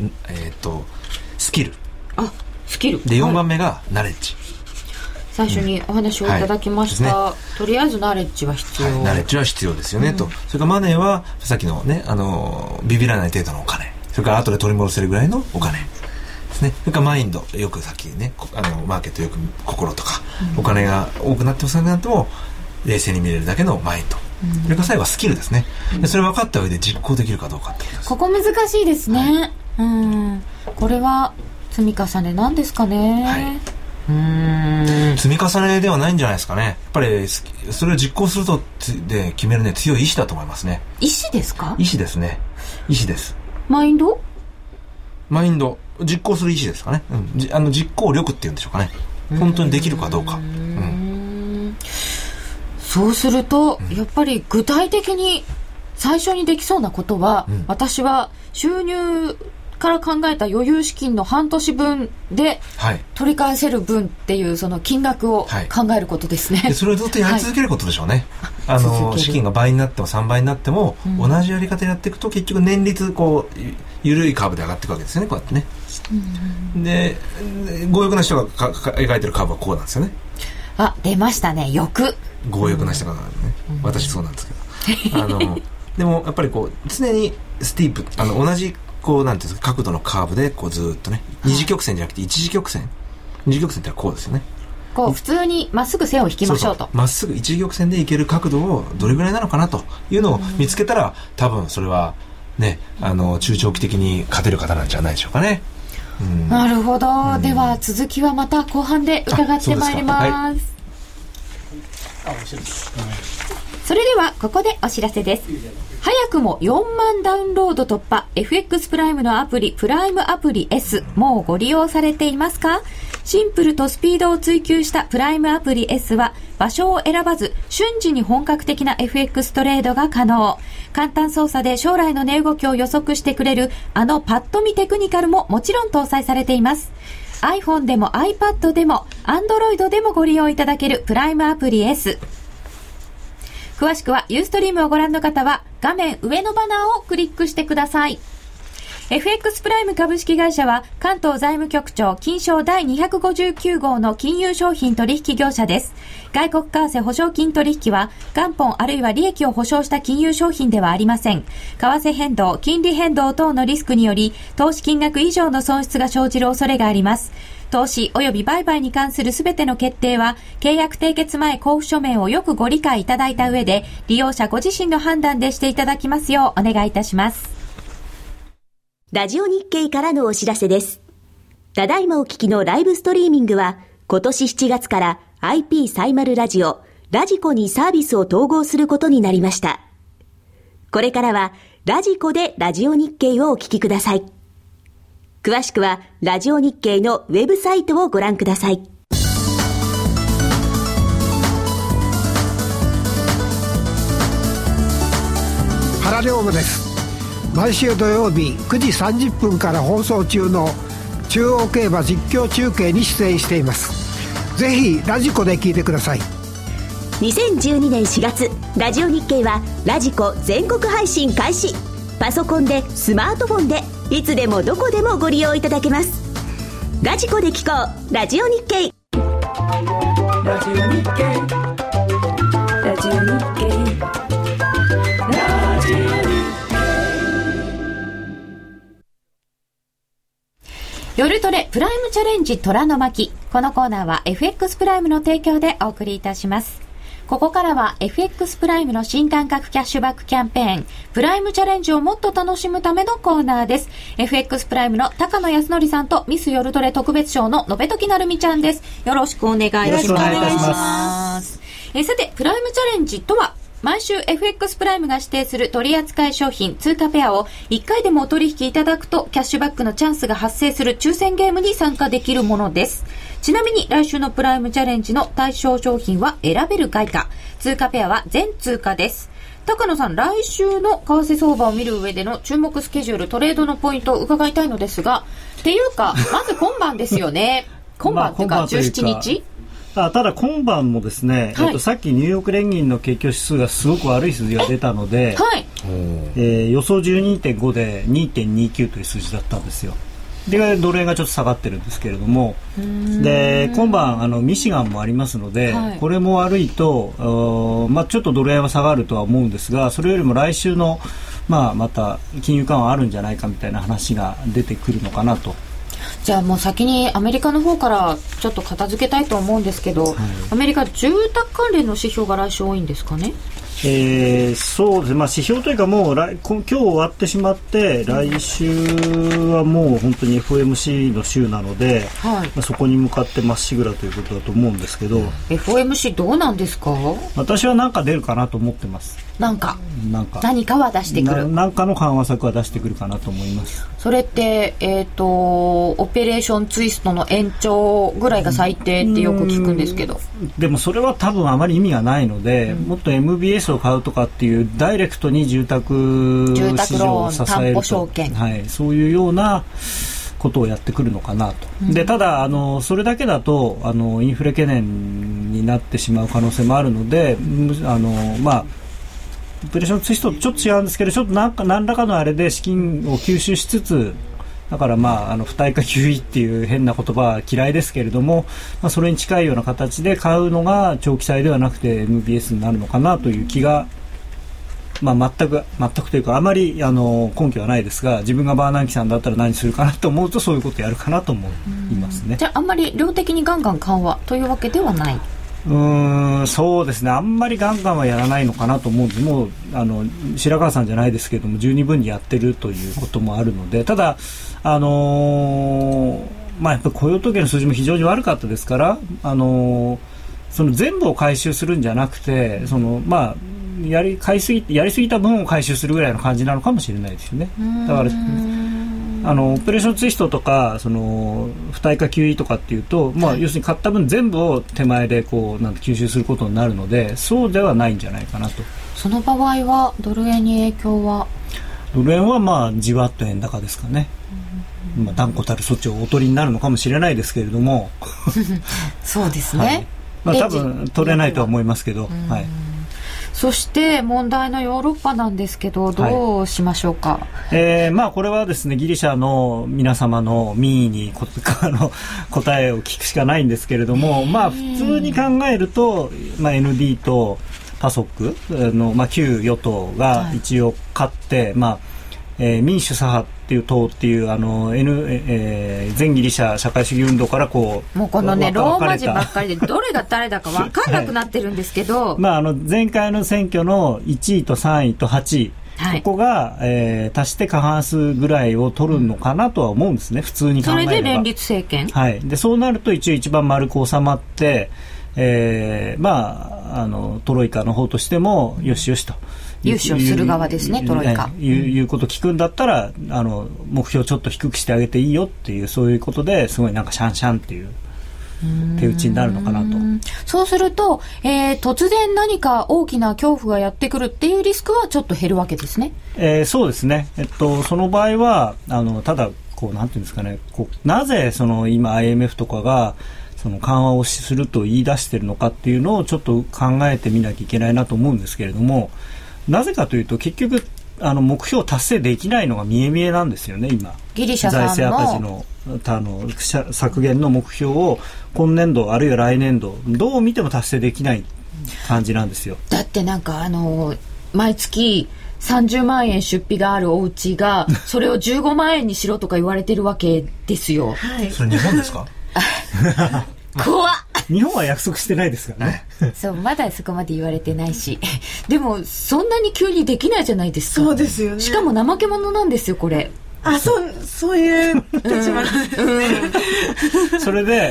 [SPEAKER 2] キル、
[SPEAKER 1] スキル
[SPEAKER 2] で4番目がナレッジ。
[SPEAKER 1] 最初にお話をいただきました、とりあえずナレッジは必要、
[SPEAKER 2] ナレッジは必要ですよね、と。それからマネーはさっきのね、ビビらない程度のお金、それから後で取り戻せるぐらいのお金ですね。それからマインド、よくさっきね、マーケットよく心とか、お金が多くなっても少なくなっても冷静に見れるだけのマインド、それから最後はスキルですね。でそれ分かった上で実行できるかどうかってことです。
[SPEAKER 1] ここ難しいですね。これは積み重ねなんですかね。
[SPEAKER 2] 積み重ねではないんじゃないですかね。やっぱりそれを実行するとで決めるね、強い意志だと思いますね。
[SPEAKER 1] 意志ですか。
[SPEAKER 2] 意志ですね。意志です。
[SPEAKER 1] マインド
[SPEAKER 2] 実行する意思ですかね、実行力っていうんでしょうかね。本当にできるかどうか。
[SPEAKER 1] そうすると、やっぱり具体的に最初にできそうなことは、私は収入から考えた余裕資金の半年分で取り返せる分っていうその金額を考えることですね。
[SPEAKER 2] でそれをずっとやり続けることでしょうね。資金が倍になっても3倍になっても、同じやり方でやっていくと結局年率こう緩いカーブで上がっていくわけですよね、こうやってね。で強欲な人が描いてるカーブはこうなんですよね。
[SPEAKER 1] 出ましたね、欲。
[SPEAKER 2] 強欲な人がね、私そうなんですけどでもやっぱりこう常にスティープ同じこうなんていうんですか、角度のカーブでこうずっとね、二次曲線じゃなくて一次曲線、二次曲線ってこうですよね。
[SPEAKER 1] こう普通にまっすぐ線を引きましょうと。
[SPEAKER 2] まっすぐ一次曲線でいける角度をどれぐらいなのかなというのを見つけたら、多分それはね、中長期的に勝てる方なんじゃないでしょうかね。
[SPEAKER 1] なるほど、では続きはまた後半で伺ってまいります。それではここでお知らせです。早くも4万ダウンロード突破 FX プライムのアプリプライムアプリ S、 もうご利用されていますか？シンプルとスピードを追求したプライムアプリ S は場所を選ばず瞬時に本格的な FX トレードが可能。簡単操作で将来の値動きを予測してくれるパッと見テクニカルももちろん搭載されています。 iPhone でも iPad でも Android でもご利用いただけるプライムアプリ S。詳しくはユーストリームをご覧の方は画面上のバナーをクリックしてください。FX プライム株式会社は関東財務局長金賞第259号の金融商品取引業者です。外国為替保証金取引は元本あるいは利益を保証した金融商品ではありません。為替変動、金利変動等のリスクにより投資金額以上の損失が生じる恐れがあります。投資及び売買に関するすべての決定は契約締結前交付書面をよくご理解いただいた上で利用者ご自身の判断でしていただきますようお願いいたします。
[SPEAKER 3] ラジオ日経からのお知らせです。ただいまお聞きのライブストリーミングは今年7月から IP サイマルラジオラジコにサービスを統合することになりました。これからはラジコでラジオ日経をお聞きください。詳しくはラジオ日経のウェブサイトをご覧ください。
[SPEAKER 4] 原良務です。毎週土曜日9時30分から放送中の中央競馬実況中継に出演しています。ぜひラジコで聞いてください。
[SPEAKER 3] 2012年4月ラジオ日経はラジコ全国配信開始。パソコンでスマートフォンでいつでもどこでもご利用いただけます。ラジコで聞こうラジオ日経。ラジオ日経ラジオ日経ラジオ日経。
[SPEAKER 1] 夜トレプライムチャレンジ虎の巻。このコーナーは FX プライムの提供でお送りいたします。ここからは FX プライムの新感覚キャッシュバックキャンペーンプライムチャレンジをもっと楽しむためのコーナーです。 FX プライムの高野康則さんとミス夜トレ特別賞ののべときなるみちゃんです。よろしくお願いいたします。よろしくお願いいたします。さてプライムチャレンジとは毎週 FX プライムが指定する取扱い商品通貨ペアを1回でもお取引いただくとキャッシュバックのチャンスが発生する抽選ゲームに参加できるものです。ちなみに来週のプライムチャレンジの対象商品は選べる外貨、通貨ペアは全通貨です。高野さん、来週の為替相場を見る上での注目スケジュール、トレードのポイントを伺いたいのですが、っていうかまず今晩ですよね。今晩っていうか17日
[SPEAKER 5] ただ今晩もですね、さっきニューヨーク連銀の景況指数がすごく悪い数字が出たので、予想 12.5 で 2.29 という数字だったんですよ。でドル円がちょっと下がってるんですけれども、で今晩ミシガンもありますので、これも悪いとちょっとドル円は下がるとは思うんですが、それよりも来週の、また金融緩和あるんじゃないかみたいな話が出てくるのかなと。
[SPEAKER 1] じゃあもう先にアメリカの方からちょっと片付けたいと思うんですけど、アメリカ住宅関連の指標が来週多いんですかね。
[SPEAKER 5] そうですね、指標というかもう今日終わってしまって来週はもう本当に FOMC の週なので、そこに向かってまっしぐらということだと思うんですけど、
[SPEAKER 1] FOMC どうなんですか？
[SPEAKER 5] 私は何か出るかなと思ってます。何か
[SPEAKER 1] は出してくる、
[SPEAKER 5] 何かの緩和策は出してくるかなと思います。
[SPEAKER 1] それって、オペレーションツイストの延長ぐらいが最低ってよく聞くんですけど、
[SPEAKER 5] でもそれは多分あまり意味がないので、もっと MBS を買うとかっていうダイレクトに住宅市場を支えると、
[SPEAKER 1] 担保証券、
[SPEAKER 5] そういうようなことをやってくるのかなと。でただそれだけだとインフレ懸念になってしまう可能性もあるので、オペレーションツイストとちょっと違うんですけど、ちょっと何らかのあれで資金を吸収しつつ、だから不対価 QE っていう変な言葉は嫌いですけれども、それに近いような形で買うのが長期債ではなくて MBS になるのかなという気が、全くというかあまり根拠はないですが、自分がバーナンキさんだったら何するかなと思うと、そういうことをやるかなと思いますね。
[SPEAKER 1] じゃああんまり量的にガンガン緩和というわけではない？
[SPEAKER 5] そうですね、あんまりガンガンはやらないのかなと思うんです。もう白川さんじゃないですけれども十二分にやってるということもあるので、ただやっぱり雇用統計の数字も非常に悪かったですから、その全部を回収するんじゃなくて、やりすぎた分を回収するぐらいの感じなのかもしれないですよね。だからオペレーションツイストとか不対価 QE とかっていうと、要するに買った分全部を手前で吸収することになるので、そうではないんじゃないかなと。
[SPEAKER 1] その場合はドル円に影響は？
[SPEAKER 5] ドル円はじわっと円高ですかね。断固たる措置をお取りになるのかもしれないですけれども
[SPEAKER 1] そうですね、
[SPEAKER 5] 多分取れないとは思いますけど、
[SPEAKER 1] そして問題のヨーロッパなんですけど、どうしましょうか？
[SPEAKER 5] これはですね、ギリシャの皆様の民意に答えを聞くしかないんですけれども、普通に考えると、ND とパソックの、旧与党が一応勝って、民主左派っていう党っていう全ギリシャ社会主義運動からも
[SPEAKER 1] うこのねローマ字ばっかりでどれが誰だか分かんなくなってるんですけど、
[SPEAKER 5] 前回の選挙の1位と3位と8位、ここが、足して過半数ぐらいを取るのかなとは思うんですね、普通に考えれば。
[SPEAKER 1] それで連立政権、
[SPEAKER 5] でそうなると一番丸く収まって、トロイカの方としてもよしよしと
[SPEAKER 1] 融資をする側ですね、トロイカ
[SPEAKER 5] いうことを聞くんだったら目標ちょっと低くしてあげていいよっていう、そういうことですごいシャンシャンっていう手打ちになるのかなと。
[SPEAKER 1] そうすると、突然何か大きな恐怖がやってくるっていうリスクはちょっと減るわけですね。
[SPEAKER 5] そうですね、その場合はただなんていうんですかね、なぜ今 IMF とかが緩和をすると言い出しているのかっていうのをちょっと考えてみなきゃいけないなと思うんですけれども、なぜかというと結局目標を達成できないのが見え見えなんですよね。今
[SPEAKER 1] ギリシャさんの
[SPEAKER 5] 財政赤字の削減の目標を今年度あるいは来年度どう見ても達成できない感じなんですよ。
[SPEAKER 1] だって毎月30万円出費があるお家がそれを15万円にしろとか言われてるわけですよ。
[SPEAKER 2] それ日本ですか？
[SPEAKER 1] 怖っ。
[SPEAKER 5] 日本は約束してないですからね
[SPEAKER 1] そう、まだそこまで言われてないしでもそんなに急にできないじゃないですか。
[SPEAKER 6] そうですよね。
[SPEAKER 1] しかも怠け者なんですよこれ。
[SPEAKER 6] そういう立場
[SPEAKER 5] それで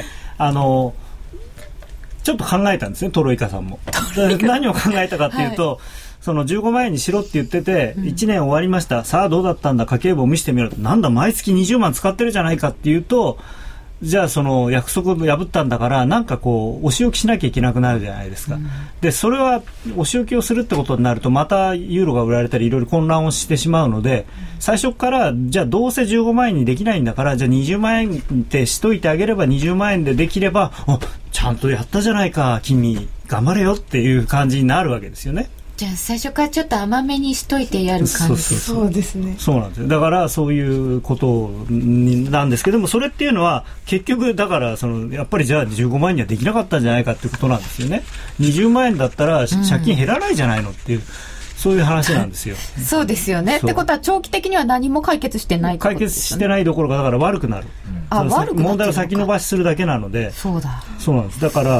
[SPEAKER 5] ちょっと考えたんですね、トロイカさんも。何を考えたかっていうと、その15万円にしろって言ってて1年終わりました、さあどうだったんだ、家計簿を見せてみろと、なんだ毎月20万使ってるじゃないかっていうと、じゃあその約束を破ったんだからなんかお仕置きしなきゃいけなくなるじゃないですか、でそれはお仕置きをするってことになるとまたユーロが売られたりいろいろ混乱をしてしまうので、最初からじゃあどうせ15万円にできないんだから、じゃあ20万円ってしといてあげれば20万円でできればちゃんとやったじゃないか君頑張れよっていう感じになるわけですよね。
[SPEAKER 1] じゃあ最初からちょっと甘めにしといてやる感じ。
[SPEAKER 6] そうですね。
[SPEAKER 5] そうなんですよ。だからそういうことなんですけども、それっていうのは結局だからやっぱりじゃあ15万円にはできなかったんじゃないかってことなんですよね。20万円だったら借金減らないじゃないのっていう、そういう話なんですよ。
[SPEAKER 1] そうですよね。ってことは長期的には何も解決してないってことですよね。
[SPEAKER 5] 解決してないどころかだから悪くなる。
[SPEAKER 1] 悪くなる。
[SPEAKER 5] 問題を先延ばしするだけなので。
[SPEAKER 1] そうだ。
[SPEAKER 5] そうなんです。だから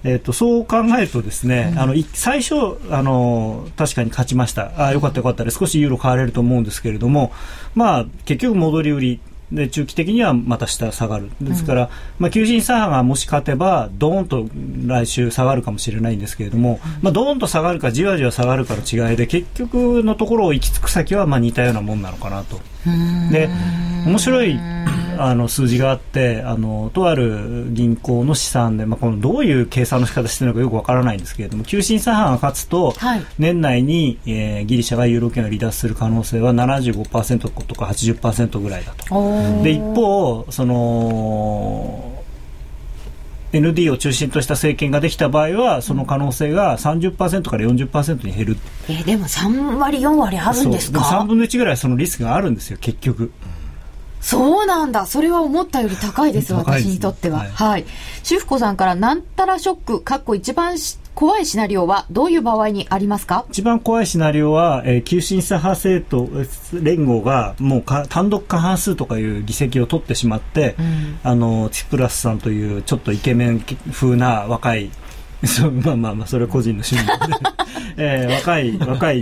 [SPEAKER 5] そう考えるとですね、最初確かに勝ちました。よかったよかったで少しユーロ買われると思うんですけれども、結局戻り売りで中期的にはまた下下がるですから、急進左派がもし勝てばドーンと来週下がるかもしれないんですけれども、ドーンと下がるかじわじわ下がるかの違いで結局のところ行き着く先は似たようなもんなのかなと。で面白い数字があって、とある銀行の試算で、このどういう計算の仕方してるのかよくわからないんですけれども、急進左派が勝つと、年内に、ギリシャがユーロ圏を離脱する可能性は 75% とか 80% ぐらいだと。で一方そのND を中心とした政権ができた場合はその可能性が 30% から 40% に減る。
[SPEAKER 1] でも3割4割あるんですか。
[SPEAKER 5] 3分の1ぐらいそのリスクがあるんですよ結局。
[SPEAKER 1] そうなんだ。それは思ったより高いです、私にとっては。シュフコさんから、なんたらショック一番怖いシナリオはどういう場合にありますか。
[SPEAKER 5] 一番怖いシナリオは、急進左派政党連合がもう単独過半数とかいう議席を取ってしまって、チプラスさんというちょっとイケメン風な若いそれは個人の趣味なので、若い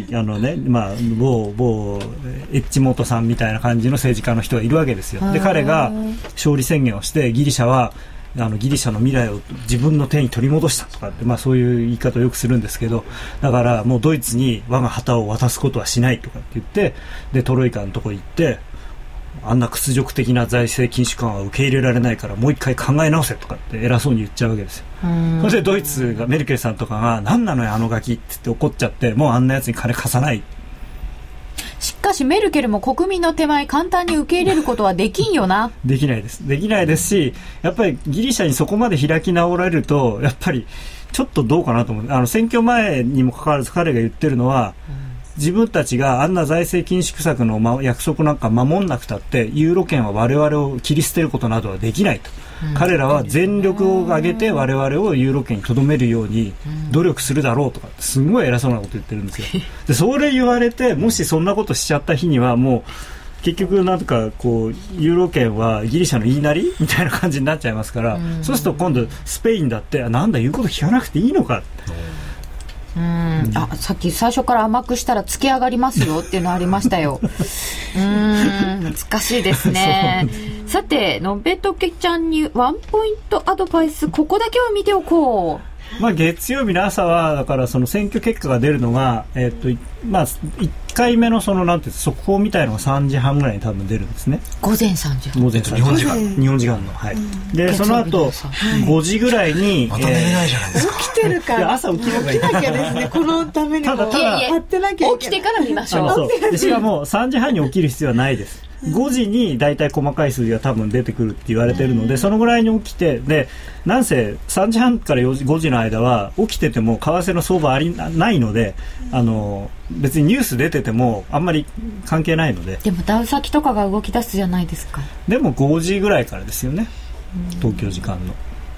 [SPEAKER 5] 某エッジ元さんみたいな感じの政治家の人がいるわけですよ。で彼が勝利宣言をしてギリシャはギリシャの未来を自分の手に取り戻したとかって、そういう言い方をよくするんですけど、だからもうドイツに我が旗を渡すことはしないとかって言って、でトロイカのとこ行って、あんな屈辱的な財政緊縮緩和は受け入れられないからもう一回考え直せとかって偉そうに言っちゃうわけですよ。それでドイツがメルケルさんとかが何なのよあのガキって言って怒っちゃって、もうあんなやつに金貸さない。
[SPEAKER 1] しかしメルケルも国民の手前簡単に受け入れることはできんよな。
[SPEAKER 5] できないですし、やっぱりギリシャにそこまで開き直られるとやっぱりちょっとどうかなと思う。選挙前にもかかわらず彼が言ってるのは、自分たちがあんな財政緊縮策の約束なんか守んなくたってユーロ圏は我々を切り捨てることなどはできないと。彼らは全力を挙げて我々をユーロ圏に留めるように努力するだろうとかってすごい偉そうなこと言ってるんですよ。でそれ言われて、もしそんなことしちゃった日にはもう結局なんかこうユーロ圏はギリシャの言いなりみたいな感じになっちゃいますから、そうすると今度スペインだってなんだ言うこと聞かなくていいのかって。
[SPEAKER 1] さっき最初から甘くしたら突き上がりますよっていうのありましたよ。難しいですね。さてのべとけちゃんにワンポイントアドバイス、ここだけは見ておこう。
[SPEAKER 5] 月曜日の朝はだからその選挙結果が出るのが、1回目のそのなんていう速報みたいのが3時半ぐらいに多分出るんですね。
[SPEAKER 1] 午前3時半。
[SPEAKER 5] 午前3時半。日本時間の。でその後5時ぐらいに、
[SPEAKER 2] また寝れないじゃないですか。
[SPEAKER 6] 起きてるから。
[SPEAKER 5] 朝起きればいい。
[SPEAKER 6] 起きなきゃですね。このためにもやってなきゃいけない。
[SPEAKER 1] 起きてから見ましょう。
[SPEAKER 5] しかも3時半に起きる必要はないです。5時に大体細かい数字が多分出てくるって言われてるので、そのぐらいに起きて、でなんせ3時半から5時の間は起きてても為替の相場ないので、別にニュース出ててもあんまり関係ないので。
[SPEAKER 1] でもダウ先とかが動き出すじゃないですか。
[SPEAKER 5] でも5時ぐらいからですよね、東京時間の。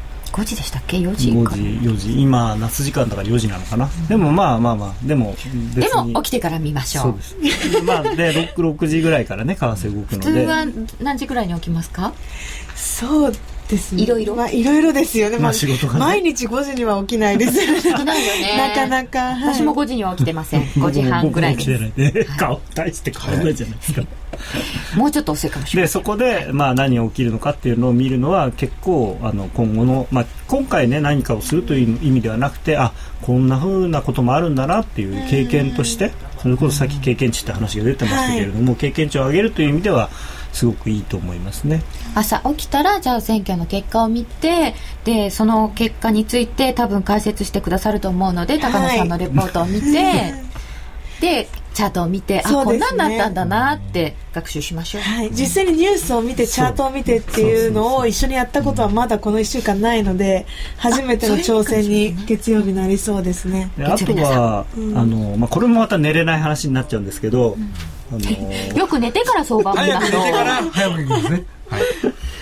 [SPEAKER 1] 5時でしたっけ。4時か
[SPEAKER 5] 4時今夏時間だから4時なのかな。でもでも別に
[SPEAKER 1] 起きてから見ましょう。
[SPEAKER 5] そうですで 6時ぐらいからね為替動くので。
[SPEAKER 1] 普通は何時ぐらいに起きますか。
[SPEAKER 6] そうですね。
[SPEAKER 1] いろいろ
[SPEAKER 6] ですよね。
[SPEAKER 5] 仕事がね、
[SPEAKER 6] 毎日5時には起きないです。
[SPEAKER 1] 起きないよね。
[SPEAKER 6] なかなか、
[SPEAKER 1] 私も5時には起きてません。5時半ぐらいです。
[SPEAKER 5] 大して変わらないじゃないですか。
[SPEAKER 1] もうちょっと遅いかもしれない。
[SPEAKER 5] でそこで、何が起きるのかっていうのを見るのは結構今後の、今回ね何かをするという意味ではなくて、こんな風なこともあるんだなっていう経験として、それこそさっき経験値って話が出てましたけれども、経験値を上げるという意味ではすごくいいと思いますね。
[SPEAKER 1] 朝起きたらじゃあ選挙の結果を見て、でその結果について多分解説してくださると思うので、高野さんのレポートを見て、でチャートを見て、こんなんなったんだなって学習しましょう。
[SPEAKER 6] 実際にニュースを見てチャートを見てっていうのを一緒にやったことはまだこの1週間ないので、初めての挑戦に月曜日なりそうですね。
[SPEAKER 5] あとは、これもまた寝れない話になっちゃうんですけど、
[SPEAKER 1] よく寝てから相場を見ましょう。
[SPEAKER 2] 寝てから早めにですね。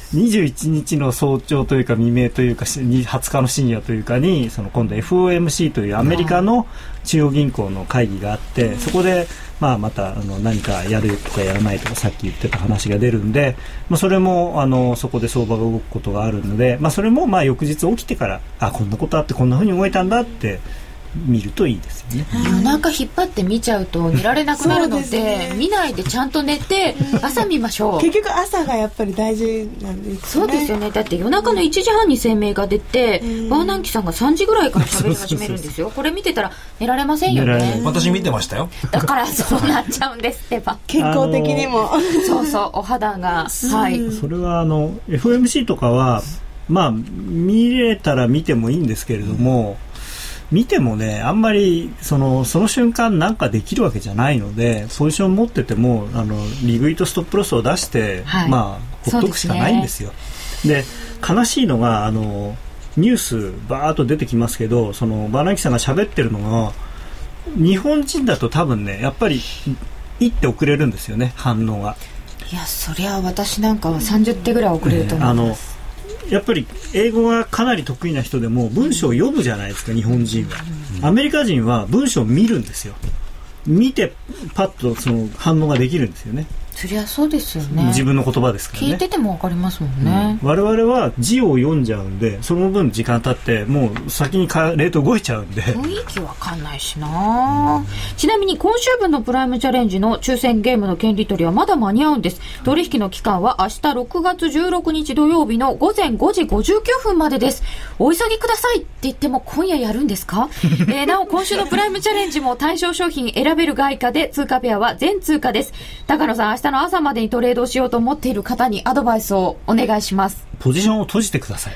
[SPEAKER 5] 21日の早朝というか未明というか20日の深夜というかに今度 FOMC というアメリカの中央銀行の会議があって、そこでまた何かやるとかやらないとかさっき言ってた話が出るんで、それもそこで相場が動くことがあるので、それも翌日起きてからこんなことあってこんな風に動いたんだって見るといいですよね。
[SPEAKER 1] 夜中引っ張って見ちゃうと寝られなくなるので、見ないでちゃんと寝て朝見ましょう。
[SPEAKER 6] 結局朝がやっぱり大事なんですよね。
[SPEAKER 1] そうですよね。だって夜中の1時半に声明が出て、バーナンキさんが3時ぐらいから喋り始めるんですよ。これ見てたら寝られませんよね。
[SPEAKER 2] 私見てましたよ。
[SPEAKER 1] だからそうなっちゃうんですってば。
[SPEAKER 6] 健康的にも
[SPEAKER 1] そうそう、お肌が、はい。
[SPEAKER 5] それはFOMC とかは見れたら見てもいいんですけれども、見てもね、あんまりその瞬間なんかできるわけじゃないので、ポジション持ってても利食いとストップロスを出して、ほっとくしかないんですよ。で、悲しいのがニュースバーっと出てきますけど、バーナンキさんが喋ってるのが日本人だと多分ね、やっぱり一手遅れるんですよね、反応が。
[SPEAKER 1] いや、そりゃ私なんかは30手ぐらい遅れると思います。
[SPEAKER 5] やっぱり英語がかなり得意な人でも文章を読むじゃないですか、日本人は。アメリカ人は文章を見るんですよ。見てパッと反応ができるんですよね。
[SPEAKER 1] そりゃそうですよね。
[SPEAKER 5] 自分の言葉ですからね。
[SPEAKER 1] 聞いてても分かりますもんね。
[SPEAKER 5] 我々は字を読んじゃうんで、その分時間経ってもう先にレート動いちゃうんで、
[SPEAKER 1] 雰囲気分かんないしな。ちなみに今週分のプライムチャレンジの抽選ゲームの権利取りはまだ間に合うんです。取引の期間は明日6月16日土曜日の午前5時59分までです。お急ぎくださいって言っても今夜やるんですか？なお今週のプライムチャレンジも対象商品選べる外貨で、通貨ペアは全通貨です。高野さん、明日の朝までにトレードをしようと思っている方にアドバイスをお願いします。
[SPEAKER 5] ポジションを閉じてください。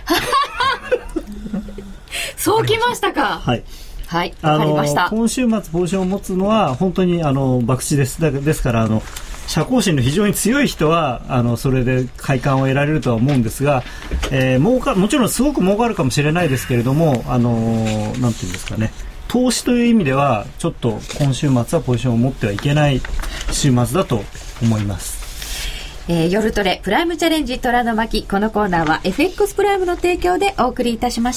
[SPEAKER 1] そうきましたか。
[SPEAKER 5] はい
[SPEAKER 1] はい、わかりました。
[SPEAKER 5] 今週末ポジションを持つのは本当に博打です。ですから社交心の非常に強い人はそれで快感を得られるとは思うんですが、もちろんすごく儲かるかもしれないですけれども、なんていうんですかね、投資という意味ではちょっと今週末はポジションを持ってはいけない週末だと思います。
[SPEAKER 1] 夜トレプライムチャレンジ虎の巻、このコーナーは FX プライムの提供でお送りいたしました。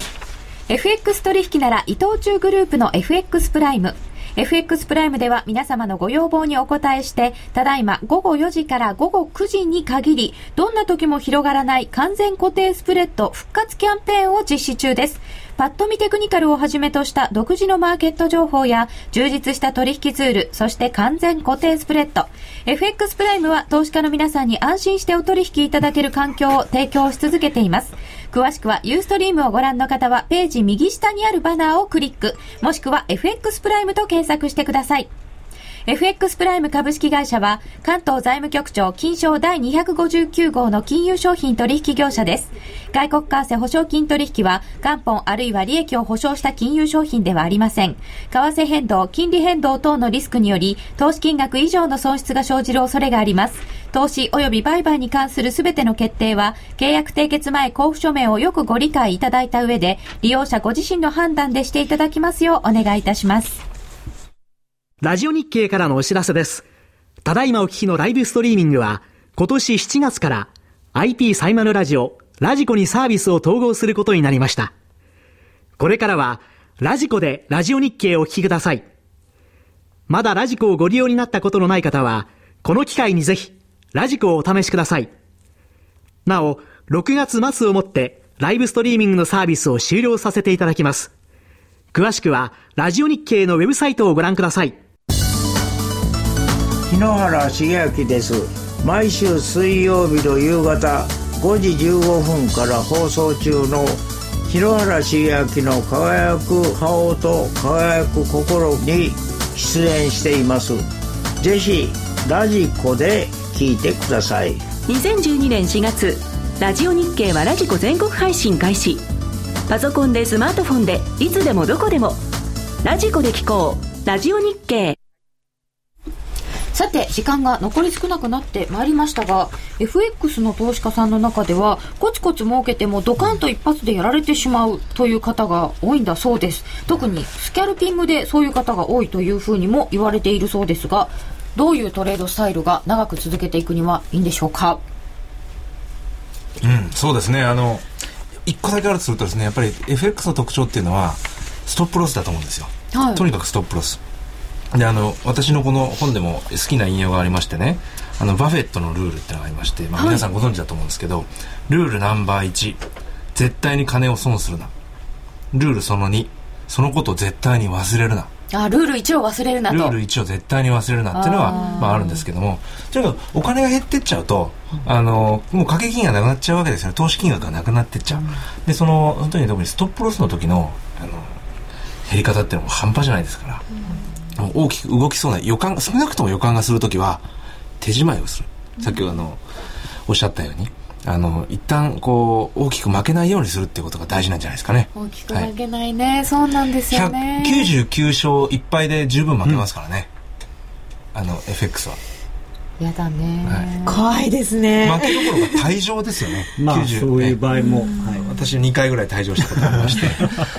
[SPEAKER 1] FX 取引なら伊藤忠グループの FX プライム。 FX プライムでは皆様のご要望にお答えして、ただいま午後4時から午後9時に限り、どんな時も広がらない完全固定スプレッド復活キャンペーンを実施中です。パッと見テクニカルをはじめとした独自のマーケット情報や充実した取引ツール、そして完全固定スプレッド。 FX プライムは投資家の皆さんに安心してお取引いただける環境を提供し続けています。詳しくはユーストリームをご覧の方はページ右下にあるバナーをクリック、もしくは FX プライムと検索してください。FX プライム株式会社は関東財務局長金賞第259号の金融商品取引業者です。外国為替保証金取引は元本あるいは利益を保証した金融商品ではありません。為替変動、金利変動等のリスクにより投資金額以上の損失が生じる恐れがあります。投資及び売買に関するすべての決定は契約締結前交付書面をよくご理解いただいた上で、利用者ご自身の判断でしていただきますようお願いいたします。
[SPEAKER 7] ラジオ日経からのお知らせです。ただいまお聞きのライブストリーミングは今年7月から IP サイマルラジオラジコにサービスを統合することになりました。これからはラジコでラジオ日経をお聞きください。まだラジコをご利用になったことのない方はこの機会にぜひラジコをお試しください。なお6月末をもってライブストリーミングのサービスを終了させていただきます。詳しくはラジオ日経のウェブサイトをご覧ください。
[SPEAKER 8] 日野原茂明です。毎週水曜日の夕方5時15分から放送中の日野原茂明の輝く顔と輝く心に出演しています。ぜひラジコで聞いてください。
[SPEAKER 3] 2012年4月、ラジオ日経はラジコ全国配信開始。パソコンでスマートフォンでいつでもどこでもラジコで聞こう。ラジオ日経。
[SPEAKER 1] さて時間が残り少なくなってまいりましたが、 FX の投資家さんの中ではコツコツ儲けてもドカンと一発でやられてしまうという方が多いんだそうです。特にスキャルピングでそういう方が多いというふうにも言われているそうですが、どういうトレードスタイルが長く続けていくにはいいんでしょうか。
[SPEAKER 2] そうですね。一個だけあるとするとですね、やっぱり FX の特徴っていうのはストップロスだと思うんですよ、はい、とにかくストップロスで、私のこの本でも好きな引用がありましてね、バフェットのルールってのがありまして、皆さんご存知だと思うんですけど、ルールナンバー1、絶対に金を損するな。ルールその2、そのことを絶対に忘れるな。
[SPEAKER 1] ルール1を忘れるなと。
[SPEAKER 2] ルール1を絶対に忘れるなっていうのはあるんですけども、とにかくお金が減ってっちゃうと、もう掛け金がなくなっちゃうわけですよね。投資金額がなくなってっちゃう。で、本当に特にストップロスの時の減り方っていうのも半端じゃないですから、大きく動きそうな予感、少なくとも予感がするときは手仕舞いをする。さっきおっしゃったように一旦こう大きく負けないようにするっていうことが大事なんじゃないですかね。
[SPEAKER 1] 大きく負けないね、はい、そうなんですよね。
[SPEAKER 2] 199勝1敗で十分負けますからね、FX は。
[SPEAKER 1] やだね、
[SPEAKER 6] はい、怖いですね。
[SPEAKER 2] 負けどころが退場ですよね。
[SPEAKER 5] そういう場合も、
[SPEAKER 2] 私2回ぐらい退場したことがありまして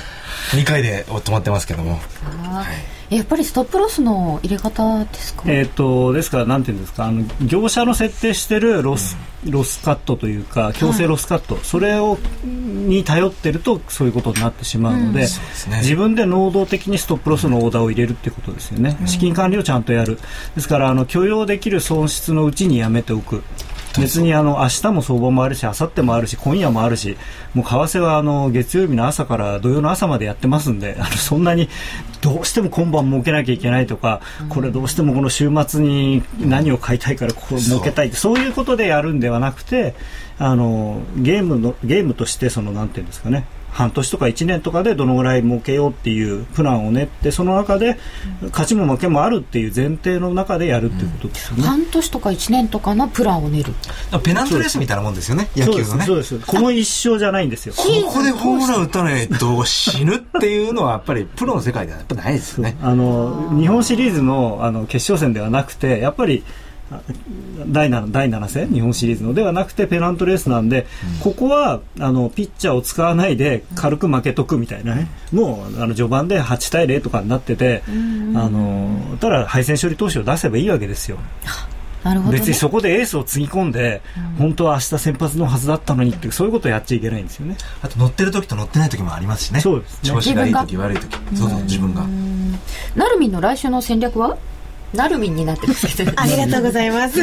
[SPEAKER 2] 2回で止まってますけども、
[SPEAKER 1] やっぱりストップロスの入れ方ですか？
[SPEAKER 5] ですからなんていうんですか、業者の設定してるロスカットというか強制ロスカット、それに頼ってるとそういうことになってしまうので、自分で能動的にストップロスのオーダーを入れるっていうことですよね。資金管理をちゃんとやる。ですから許容できる損失のうちにやめておく。別に明日も相場もあるし、明後日もあるし、今夜もあるし、もう為替は月曜日の朝から土曜の朝までやってますんで、そんなにどうしても今晩儲けなきゃいけないとか、これどうしてもこの週末に何を買いたいからここ儲けたいって、そういうことでやるんではなくて、ゲームとしてなんていうんですかね、半年とか1年とかでどのぐらい儲けようっていうプランを練って、その中で勝ちも負けもあるっていう前提の中でやるっていうことですよね。
[SPEAKER 1] 半年とか1年とかのプランを練る。
[SPEAKER 2] ペナントレースみたいなもんですよね、野球のね。
[SPEAKER 5] そうです。この一生じゃないんですよ。
[SPEAKER 2] ここでホームラン打たないと死ぬっていうのはやっぱりプロの世界ではやっぱないですよね。
[SPEAKER 5] 日本シリーズの決勝戦ではなくて、やっぱり第7戦日本シリーズのではなくてペナントレースなんで、ここはピッチャーを使わないで軽く負けとくみたいなね、もう序盤で8対0とかになってて、ただ敗戦処理投手を出せばいいわけですよ。
[SPEAKER 1] なるほどね、
[SPEAKER 5] 別にそこでエースをつぎ込んで、本当は明日先発のはずだったのにってそういうことをやっちゃいけないんですよね。
[SPEAKER 2] あと乗ってる時と乗ってない時もありますしね。
[SPEAKER 5] そうですね。
[SPEAKER 2] 調子がいい時悪い時、自分が。
[SPEAKER 1] なるみんの来週の戦略は？なるみんになってますけど
[SPEAKER 6] ありがとうございます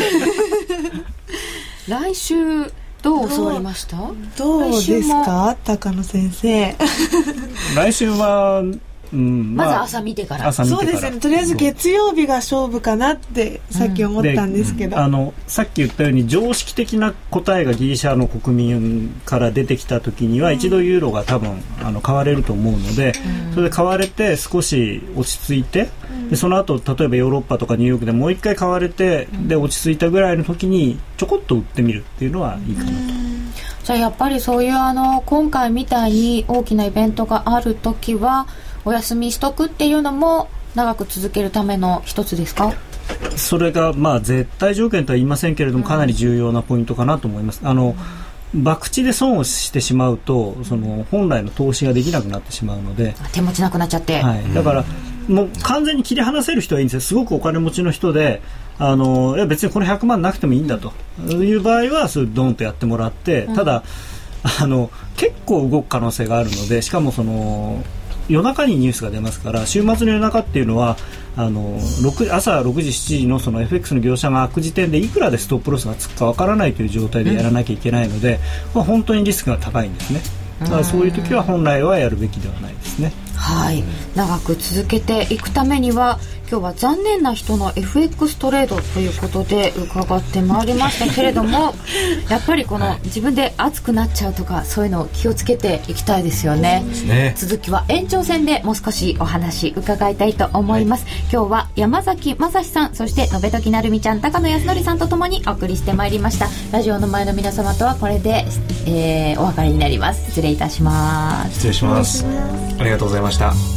[SPEAKER 1] 来週どう教わりました？
[SPEAKER 6] どうですか高野先生
[SPEAKER 5] 来週は
[SPEAKER 1] まず朝見てから。
[SPEAKER 6] そうですね。とりあえず月曜日が勝負かなってさっき思ったんですけど、
[SPEAKER 5] さっき言ったように常識的な答えがギリシャの国民から出てきた時には、一度ユーロが多分買われると思うので、それで買われて少し落ち着いて、でその後例えばヨーロッパとかニューヨークでもう一回買われて、で落ち着いたぐらいの時にちょこっと売ってみるっていうのはいいかなと。
[SPEAKER 1] じゃあやっぱりそういう今回みたいに大きなイベントがある時はお休みしとくっていうのも長く続けるための一つですか？
[SPEAKER 5] それが絶対条件とは言いませんけれども、かなり重要なポイントかなと思います。博打で損をしてしまうと本来の投資ができなくなってしまうので、
[SPEAKER 1] 手持ちなくなっちゃって、
[SPEAKER 5] だからもう完全に切り離せる人はいいんですよ。すごくお金持ちの人でいや別にこの100万なくてもいいんだという場合はそれドンとやってもらって、ただ結構動く可能性があるので、しかも夜中にニュースが出ますから、週末の夜中っていうのは朝6時7時のFX の業者が開く時点でいくらでストップロスがつくかわからないという状態でやらなきゃいけないので、本当にリスクが高いんですね。だからそういう時は本来はやるべきではないですね。
[SPEAKER 1] はい、長く続けていくためには今日は残念な人の FX トレードということで伺ってまいりましたけれどもやっぱり自分で熱くなっちゃうとかそういうのを気をつけていきたいですよね。続きは延長戦でもう少しお話伺いたいと思います。今日は山崎正史さん、そして延時なるみちゃん、高野康則さんとともにお送りしてまいりました。ラジオの前の皆様とはこれで、お別れになります。失礼いたします。
[SPEAKER 2] 失礼します。ありがとうございました。